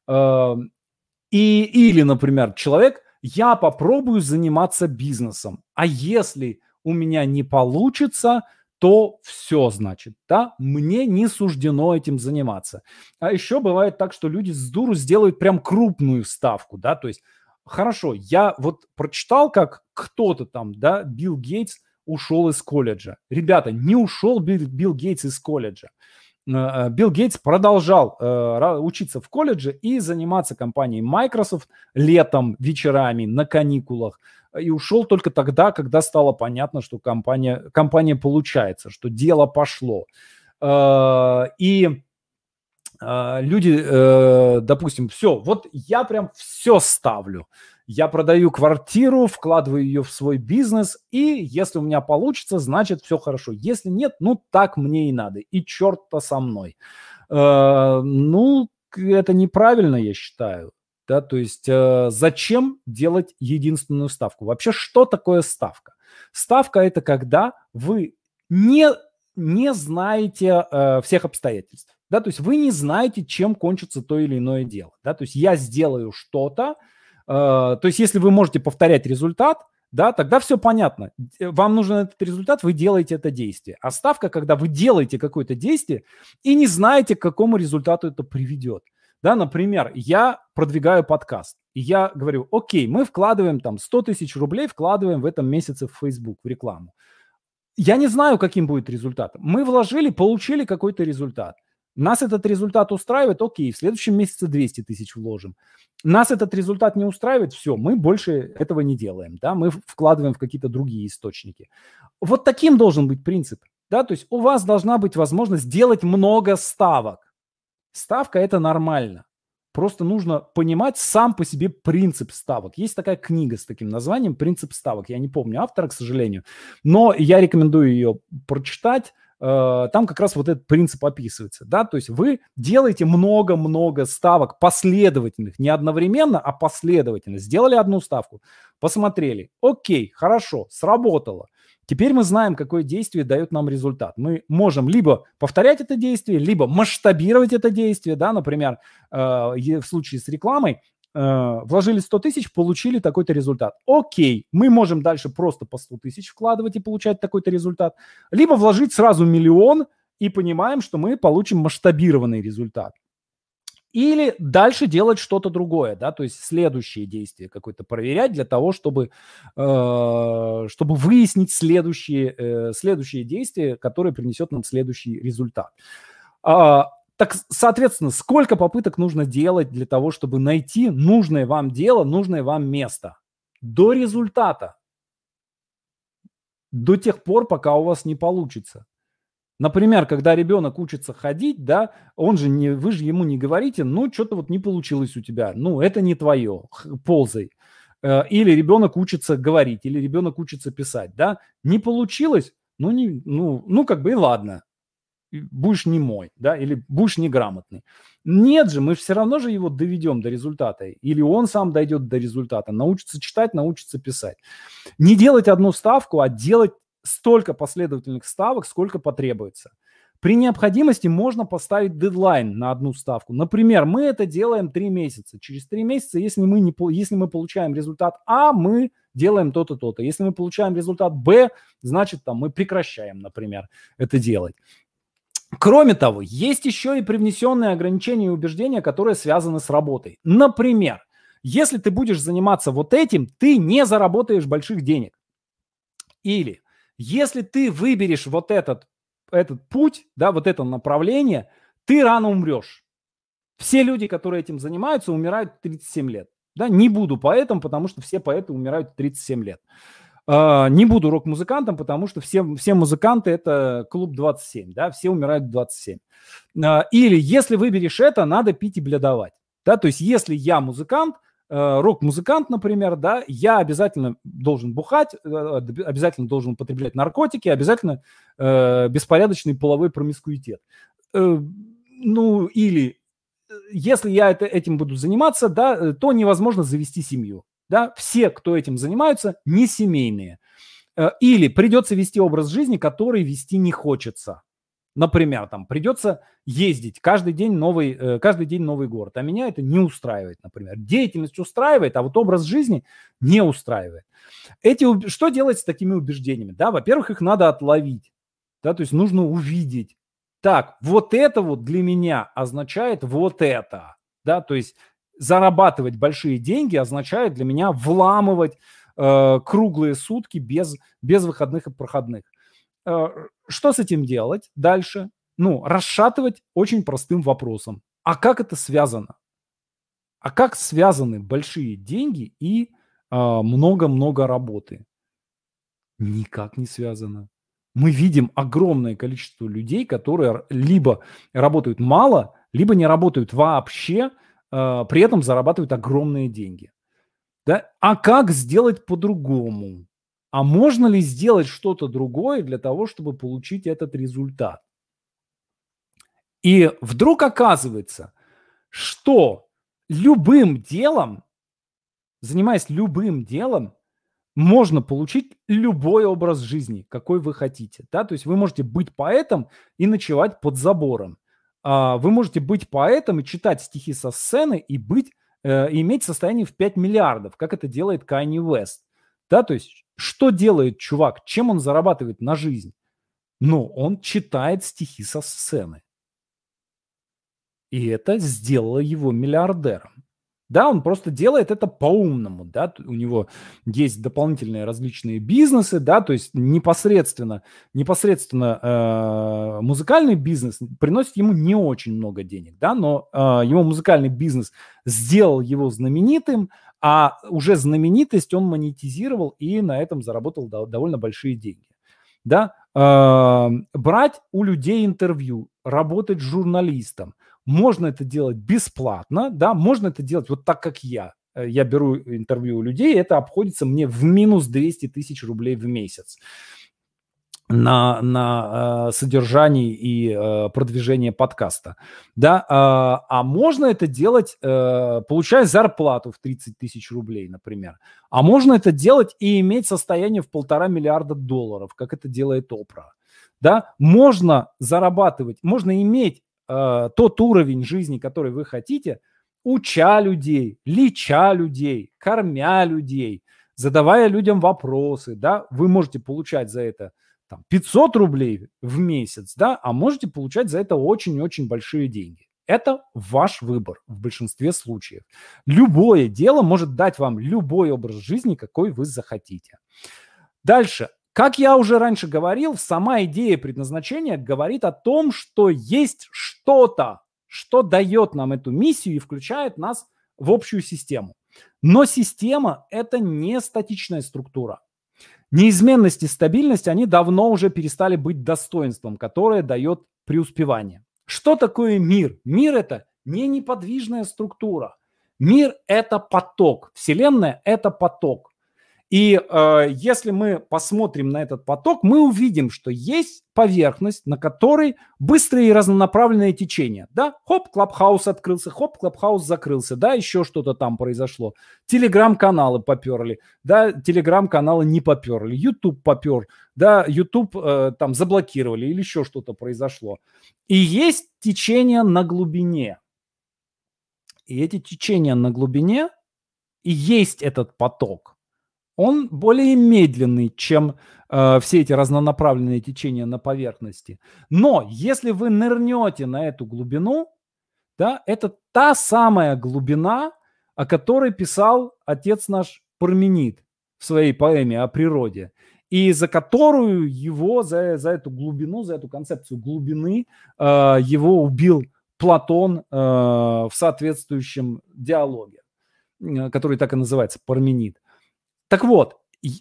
Или, например, человек, я попробую заниматься бизнесом, а если у меня не получится, то все, значит, да, мне не суждено этим заниматься. А еще бывает так, что люди с дуру сделают прям крупную ставку, да, то есть, хорошо, я вот прочитал, как кто-то там, да, Билл Гейтс ушел из колледжа. Ребята, не ушел Билл Гейтс из колледжа. Билл Гейтс продолжал учиться в колледже и заниматься компанией Microsoft летом, вечерами, на каникулах. И ушел только тогда, когда стало понятно, что компания получается, что дело пошло. И люди, допустим, все, вот я прям все ставлю. Я продаю квартиру, вкладываю ее в свой бизнес, и если у меня получится, значит, все хорошо. Если нет, ну, так мне и надо. И черт-то со мной. Ну, это неправильно, я считаю. Да, то есть зачем делать единственную ставку? Вообще, что такое ставка? Ставка – это когда вы не знаете всех обстоятельств. Да, то есть вы не знаете, чем кончится то или иное дело. Да, то есть я сделаю что-то, то есть если вы можете повторять результат, да, тогда все понятно. Вам нужен этот результат, вы делаете это действие. А ставка, когда вы делаете какое-то действие и не знаете, к какому результату это приведет. Да, например, я продвигаю подкаст, и я говорю, окей, мы вкладываем там 100 тысяч рублей, вкладываем в этом месяце в Facebook, в рекламу. Я не знаю, каким будет результат. Мы вложили, получили какой-то результат. Нас этот результат устраивает, окей, в следующем месяце 200 тысяч вложим. Нас этот результат не устраивает, все, мы больше этого не делаем, да, мы вкладываем в какие-то другие источники. Вот таким должен быть принцип, да, то есть у вас должна быть возможность делать много ставок. Ставка – это нормально. Просто нужно понимать сам по себе принцип ставок. Есть такая книга с таким названием «Принцип ставок». Я не помню автора, к сожалению, но я рекомендую ее прочитать. Там как раз вот этот принцип описывается. Да? То есть вы делаете много-много ставок последовательных, не одновременно, а последовательно. Сделали одну ставку, посмотрели. Окей, хорошо, сработало. Теперь мы знаем, какое действие дает нам результат. Мы можем либо повторять это действие, либо масштабировать это действие. Да? Например, в случае с рекламой вложили 100 тысяч, получили такой-то результат. Окей, мы можем дальше просто по 100 тысяч вкладывать и получать такой-то результат. Либо вложить сразу 1 миллион и понимаем, что мы получим масштабированный результат. Или дальше делать что-то другое, да, то есть следующее действие какое-то проверять для того, чтобы выяснить следующее действие, которое принесет нам следующий результат. Так, соответственно, сколько попыток нужно делать для того, чтобы найти нужное вам дело, нужное вам место? До результата. До тех пор, пока у вас не получится. Например, когда ребенок учится ходить, да, вы же ему не говорите, ну, что-то вот не получилось у тебя, ну, это не твое, ползай. Или ребенок учится говорить, или ребенок учится писать, да, не получилось, ну, как бы и ладно. Будешь немой, да, или будешь неграмотный. Нет же, мы все равно же его доведем до результата, или он сам дойдет до результата, научится читать, научится писать. Не делать одну ставку, а делать столько последовательных ставок, сколько потребуется. При необходимости можно поставить дедлайн на одну ставку. Например, мы это делаем 3 месяца. Через 3 месяца, если мы получаем результат А, мы делаем то-то, то-то. Если мы получаем результат Б, значит, там, мы прекращаем, например, это делать. Кроме того, есть еще и привнесенные ограничения и убеждения, которые связаны с работой. Например, если ты будешь заниматься вот этим, ты не заработаешь больших денег. Или если ты выберешь вот этот путь, да, вот это направление, ты рано умрешь. Все люди, которые этим занимаются, умирают в 37 лет. Да, не буду поэтом, потому что все поэты умирают в 37 лет. Не буду рок-музыкантом, потому что все музыканты – это клуб 27, да, все умирают в 27. Или если выберешь это, надо пить и блядовать. Да, то есть если я музыкант, рок-музыкант, например, да, я обязательно должен бухать, обязательно должен употреблять наркотики, обязательно беспорядочный половой промискуитет. ну, или если я этим буду заниматься, да, то невозможно завести семью. Да? Все, кто этим занимаются, не семейные. Или придется вести образ жизни, который вести не хочется. Например, там придется ездить каждый день новый город, а меня это не устраивает, например. Деятельность устраивает, а вот образ жизни не устраивает. Что делать с такими убеждениями? Да, во-первых, их надо отловить, да, то есть нужно увидеть. Так, вот это вот для меня означает вот это, да, то есть зарабатывать большие деньги означает для меня вламывать круглые сутки без выходных и проходных. Что с этим делать дальше? Ну, расшатывать очень простым вопросом. А как это связано? А как связаны большие деньги и много-много работы? Никак не связано. Мы видим огромное количество людей, которые либо работают мало, либо не работают вообще, при этом зарабатывают огромные деньги. Да? А как сделать по-другому? А можно ли сделать что-то другое для того, чтобы получить этот результат? И вдруг оказывается, что любым делом, занимаясь любым делом, можно получить любой образ жизни, какой вы хотите. Да? То есть вы можете быть поэтом и ночевать под забором. Вы можете быть поэтом и читать стихи со сцены и иметь состояние в 5 миллиардов, как это делает Канье Уэст. Да? То есть что делает чувак, чем он зарабатывает на жизнь? Ну, он читает стихи со сцены. И это сделало его миллиардером. Да, он просто делает это по-умному, да, у него есть дополнительные различные бизнесы, да, то есть непосредственно музыкальный бизнес приносит ему не очень много денег, да, но его музыкальный бизнес сделал его знаменитым, а уже знаменитость он монетизировал и на этом заработал довольно большие деньги, да. Брать у людей интервью, работать журналистом. Можно это делать бесплатно, да, можно это делать вот так, как я. Я беру интервью у людей, это обходится мне в минус 200 тысяч рублей в месяц на содержание и продвижение подкаста. Да? А можно это делать, получая зарплату в 30 тысяч рублей, например. А можно это делать и иметь состояние в $1,5 миллиарда, как это делает Опра. Да? Можно зарабатывать, можно иметь тот уровень жизни, который вы хотите, уча людей, леча людей, кормя людей, задавая людям вопросы. Да? Вы можете получать за это 500 рублей в месяц, да, а можете получать за это очень-очень большие деньги. Это ваш выбор в большинстве случаев. Любое дело может дать вам любой образ жизни, какой вы захотите. Дальше. Как я уже раньше говорил, сама идея предназначения говорит о том, что есть что-то, что дает нам эту миссию и включает нас в общую систему. Но система – это не статичная структура. Неизменность и стабильность, они давно уже перестали быть достоинством, которое дает преуспевание. Что такое мир? Мир – это не неподвижная структура. Мир – это поток. Вселенная – это поток. И если мы посмотрим на этот поток, мы увидим, что есть поверхность, на которой быстрые и разнонаправленные течения. Да? Хоп, Клабхаус открылся, хоп, Клабхаус закрылся, да, еще что-то там произошло. Телеграм-каналы поперли, да, телеграм-каналы не поперли, YouTube попер, да, YouTube там заблокировали или еще что-то произошло. И есть течения на глубине. И эти течения на глубине и есть этот поток. Он более медленный, чем все эти разнонаправленные течения на поверхности. Но если вы нырнете на эту глубину, да, это та самая глубина, о которой писал отец наш Парменид в своей поэме о природе, и за которую его, за эту глубину, за эту концепцию глубины его убил Платон в соответствующем диалоге, который так и называется, Парменид. Так вот,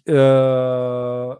если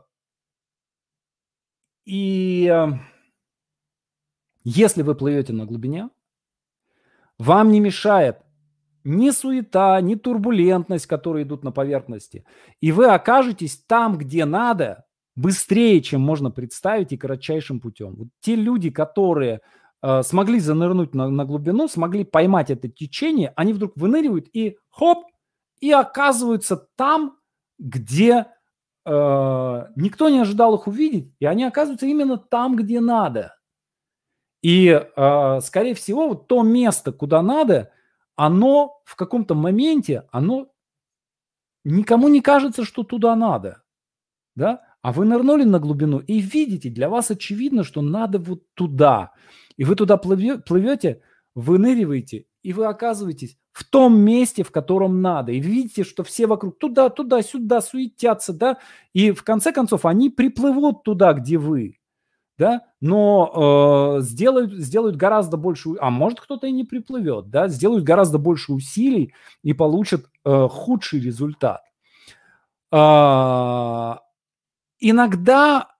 вы плывете на глубине, вам не мешает ни суета, ни турбулентность, которые идут на поверхности. И вы окажетесь там, где надо, быстрее, чем можно представить, и кратчайшим путем. Вот те люди, которые смогли занырнуть на глубину, смогли поймать это течение, они вдруг выныривают и хоп, и оказываются там, где никто не ожидал их увидеть, и они оказываются именно там, где надо. И, скорее всего, вот то место, куда надо, оно в каком-то моменте, оно никому не кажется, что туда надо, да? А вы нырнули на глубину и видите, для вас очевидно, что надо вот туда. И вы туда плывете, выныриваете, и вы оказываетесь в том месте, в котором надо. И видите, что все вокруг туда-сюда суетятся, да? И в конце концов они приплывут туда, где вы. Да, но сделают гораздо больше, а может кто-то и не приплывет, да, сделают гораздо больше усилий и получат худший результат. Иногда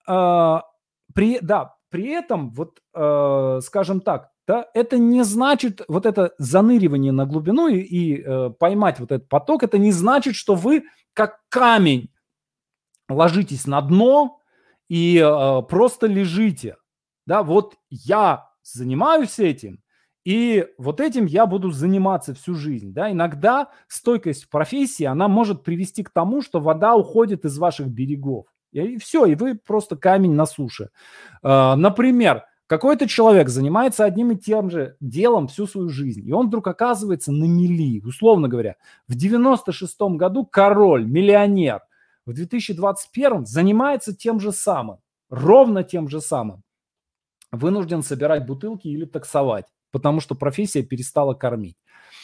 при этом, вот, скажем так, да, это не значит, вот это заныривание на глубину и поймать вот этот поток, это не значит, что вы как камень ложитесь на дно и просто лежите. Да, вот я занимаюсь этим, и вот этим я буду заниматься всю жизнь. Да. Иногда стойкость в профессии, она может привести к тому, что вода уходит из ваших берегов. И все, и вы просто камень на суше. Например, какой-то человек занимается одним и тем же делом всю свою жизнь, и он вдруг оказывается на мели. Условно говоря, в 96-м году король, миллионер, в 2021 занимается тем же самым, ровно тем же самым. Вынужден собирать бутылки или таксовать, потому что профессия перестала кормить.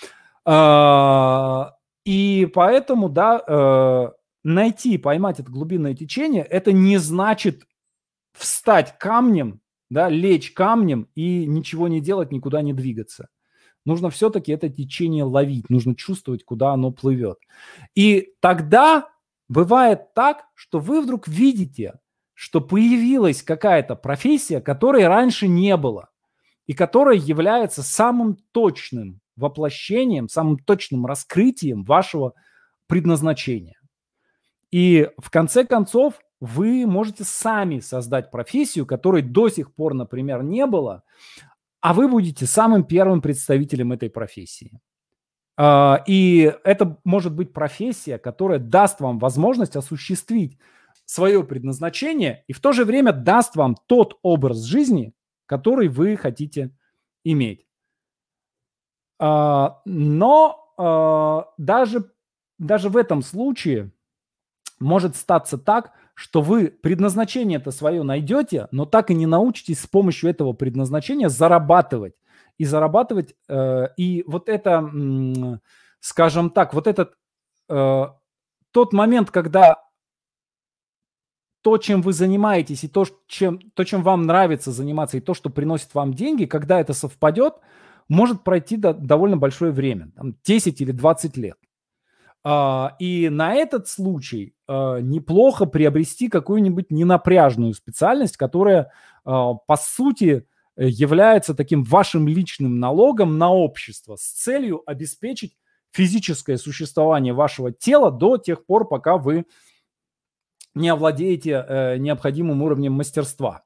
И поэтому, да, найти, поймать это глубинное течение, это не значит встать камнем, да, лечь камнем и ничего не делать, никуда не двигаться. Нужно все-таки это течение ловить, нужно чувствовать, куда оно плывет. И тогда бывает так, что вы вдруг видите, что появилась какая-то профессия, которой раньше не было, и которая является самым точным воплощением, самым точным раскрытием вашего предназначения. И в конце концов вы можете сами создать профессию, которой до сих пор, например, не было, а вы будете самым первым представителем этой профессии. И это может быть профессия, которая даст вам возможность осуществить свое предназначение и в то же время даст вам тот образ жизни, который вы хотите иметь. Но даже в этом случае может статься так, что вы предназначение-то свое найдете, но так и не научитесь с помощью этого предназначения зарабатывать. И зарабатывать, и вот это, скажем так, вот этот тот момент, когда то, чем вы занимаетесь, и то, чем вам нравится заниматься, и то, что приносит вам деньги, когда это совпадет, может пройти довольно большое время, там, 10 или 20 лет. И на этот случай неплохо приобрести какую-нибудь ненапряжную специальность, которая, по сути, является таким вашим личным налогом на общество с целью обеспечить физическое существование вашего тела до тех пор, пока вы не овладеете необходимым уровнем мастерства.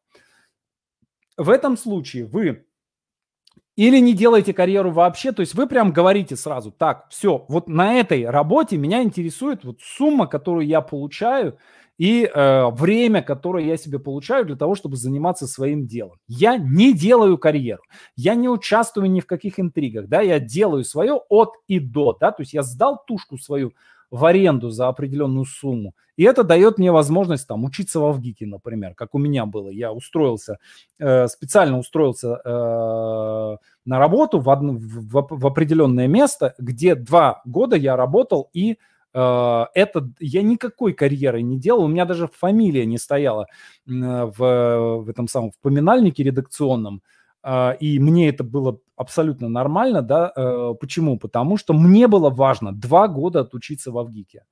В этом случае вы или не делаете карьеру вообще, то есть вы прям говорите сразу, так, все, вот на этой работе меня интересует вот сумма, которую я получаю, и время, которое я себе получаю для того, чтобы заниматься своим делом. Я не делаю карьеру, я не участвую ни в каких интригах, да, я делаю свое от и до, да, то есть я сдал тушку свою в аренду за определенную сумму, и это дает мне возможность там учиться в Авгике, например, как у меня было. Я устроился, специально устроился на работу в определенное место, где 2 года я работал, и это я никакой карьеры не делал, у меня даже фамилия не стояла в этом самом в поминальнике редакционном, и мне это было абсолютно нормально, да, почему? Потому что мне было важно 2 года отучиться в Авгике.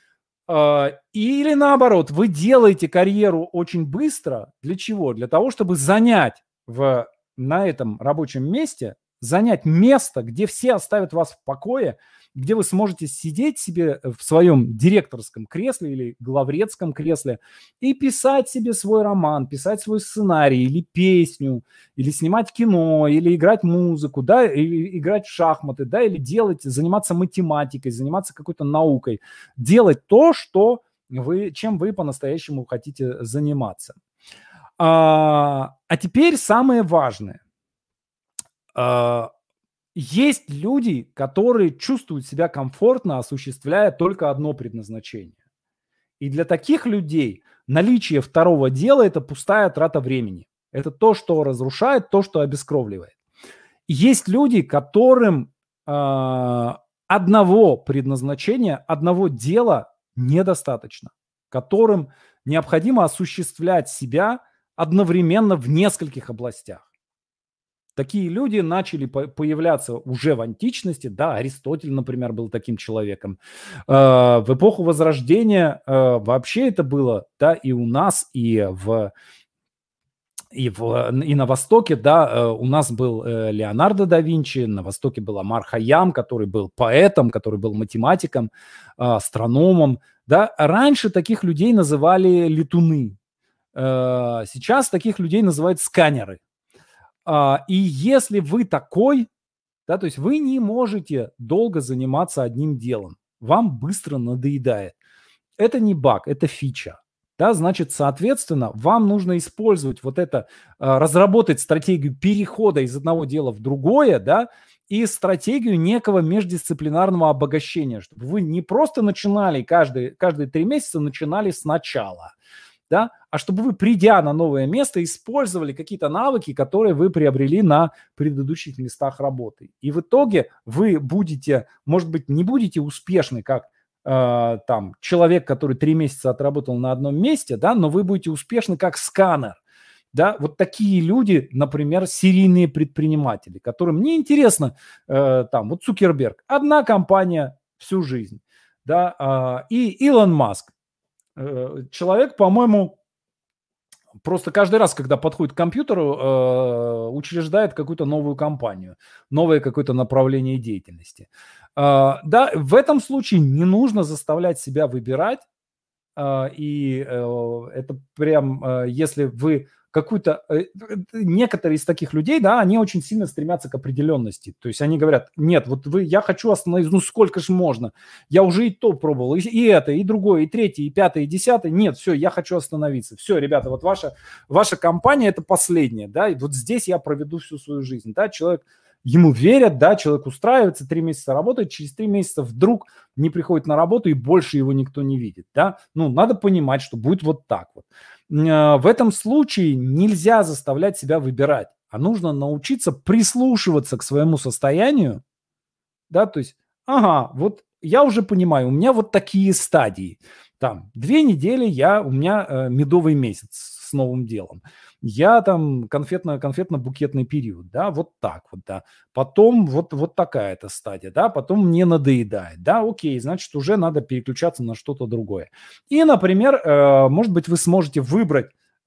Или наоборот, вы делаете карьеру очень быстро, для чего? Для того, чтобы занять на этом рабочем месте, занять место, где все оставят вас в покое, где вы сможете сидеть себе в своем директорском кресле или главредском кресле и писать себе свой роман, писать свой сценарий или песню, или снимать кино, или играть музыку, да, или играть в шахматы, да, или заниматься математикой, заниматься какой-то наукой, делать то, чем вы по-настоящему хотите заниматься. А теперь самое важное. Есть люди, которые чувствуют себя комфортно, осуществляя только одно предназначение. И для таких людей наличие второго дела – это пустая трата времени. Это то, что разрушает, то, что обескровливает. И есть люди, которым одного предназначения, одного дела недостаточно, которым необходимо осуществлять себя одновременно в нескольких областях. Такие люди начали появляться уже в античности. Да, Аристотель, например, был таким человеком. В эпоху Возрождения вообще это было, да, и у нас, и на Востоке, да, у нас был Леонардо да Винчи, на Востоке был Омар Хайям, который был поэтом, который был математиком, астрономом. Да. Раньше таких людей называли летуны. Сейчас таких людей называют сканеры. И если вы такой, да, то есть вы не можете долго заниматься одним делом, вам быстро надоедает. Это не баг, это фича. Да, значит, соответственно, вам нужно использовать вот это, разработать стратегию перехода из одного дела в другое, да, и стратегию некого междисциплинарного обогащения, чтобы вы не просто начинали каждые 3 месяца начинали сначала, да, а чтобы вы, придя на новое место, использовали какие-то навыки, которые вы приобрели на предыдущих местах работы. И в итоге вы будете, может быть, не будете успешны, как там человек, который 3 месяца отработал на одном месте, да, но вы будете успешны как сканер. Да, вот такие люди, например, серийные предприниматели, которым не интересно, там, вот Цукерберг, одна компания всю жизнь, да, и Илон Маск. Человек, по-моему, просто каждый раз, когда подходит к компьютеру, учреждает какую-то новую компанию, новое какое-то направление деятельности. Да, в этом случае не нужно заставлять себя выбирать, и это прям, если вы некоторые из таких людей, да, они очень сильно стремятся к определенности. То есть они говорят, нет, вот я хочу остановиться, ну сколько ж можно? Я уже и то пробовал, и это, и другое, и третье, и пятое, и десятое. Нет, все, я хочу остановиться. Все, ребята, вот ваша компания – это последняя, да, и вот здесь я проведу всю свою жизнь, да, человек, ему верят, да, человек устраивается, 3 месяца работает, через 3 месяца вдруг не приходит на работу и больше его никто не видит, да. Ну, надо понимать, что будет вот так вот. В этом случае нельзя заставлять себя выбирать, а нужно научиться прислушиваться к своему состоянию, да, то есть, ага, вот я уже понимаю, у меня вот такие стадии, там, 2 недели у меня медовый месяц с новым делом, я там конфетно-букетный период, да, вот так вот, да, потом вот такая-то стадия, да, потом мне надоедает, да, окей, значит, уже надо переключаться на что-то другое. И, например, может быть, вы сможете выбрать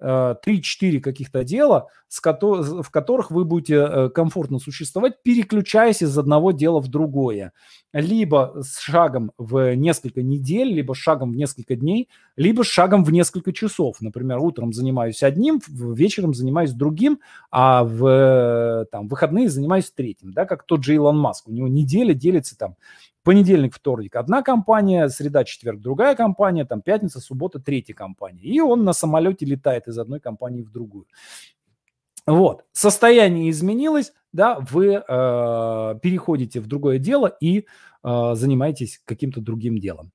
3-4 каких-то дела, в которых вы будете комфортно существовать, переключаясь из одного дела в другое. Либо с шагом в несколько недель, либо с шагом в несколько дней, либо с шагом в несколько часов. Например, утром занимаюсь одним, вечером занимаюсь другим, а в выходные занимаюсь третьим. Да, как тот же Илон Маск. У него неделя делится там понедельник, вторник одна компания, среда, четверг другая компания, там пятница, суббота третья компания. И он на самолете летает из одной компании в другую. Вот. Состояние изменилось, да, вы переходите в другое дело и занимаетесь каким-то другим делом.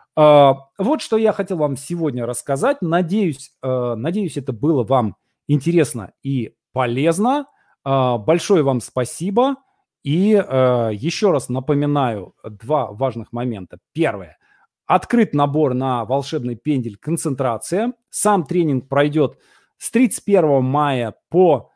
Вот что я хотел вам сегодня рассказать. Надеюсь, это было вам интересно и полезно. Большое вам спасибо. И еще раз напоминаю 2 важных момента. Первое. Открыт набор на волшебный пендель «Концентрация». Сам тренинг пройдет с 31 мая по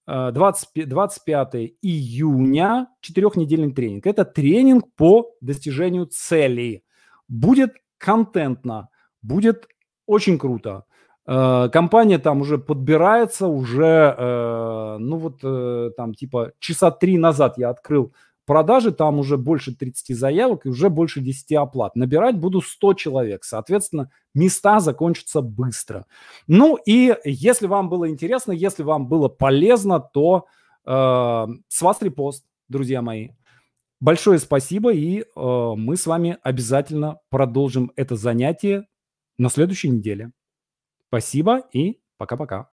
25 июня. 4-недельный тренинг. Это тренинг по достижению целей. Будет контентно, будет очень круто. Компания там уже подбирается, уже, там типа часа 3 назад я открыл продажи, там уже больше 30 заявок и уже больше 10 оплат. Набирать буду 100 человек, соответственно, места закончатся быстро. Ну и если вам было интересно, если вам было полезно, то с вас репост, друзья мои. Большое спасибо, и мы с вами обязательно продолжим это занятие на следующей неделе. Спасибо и пока-пока.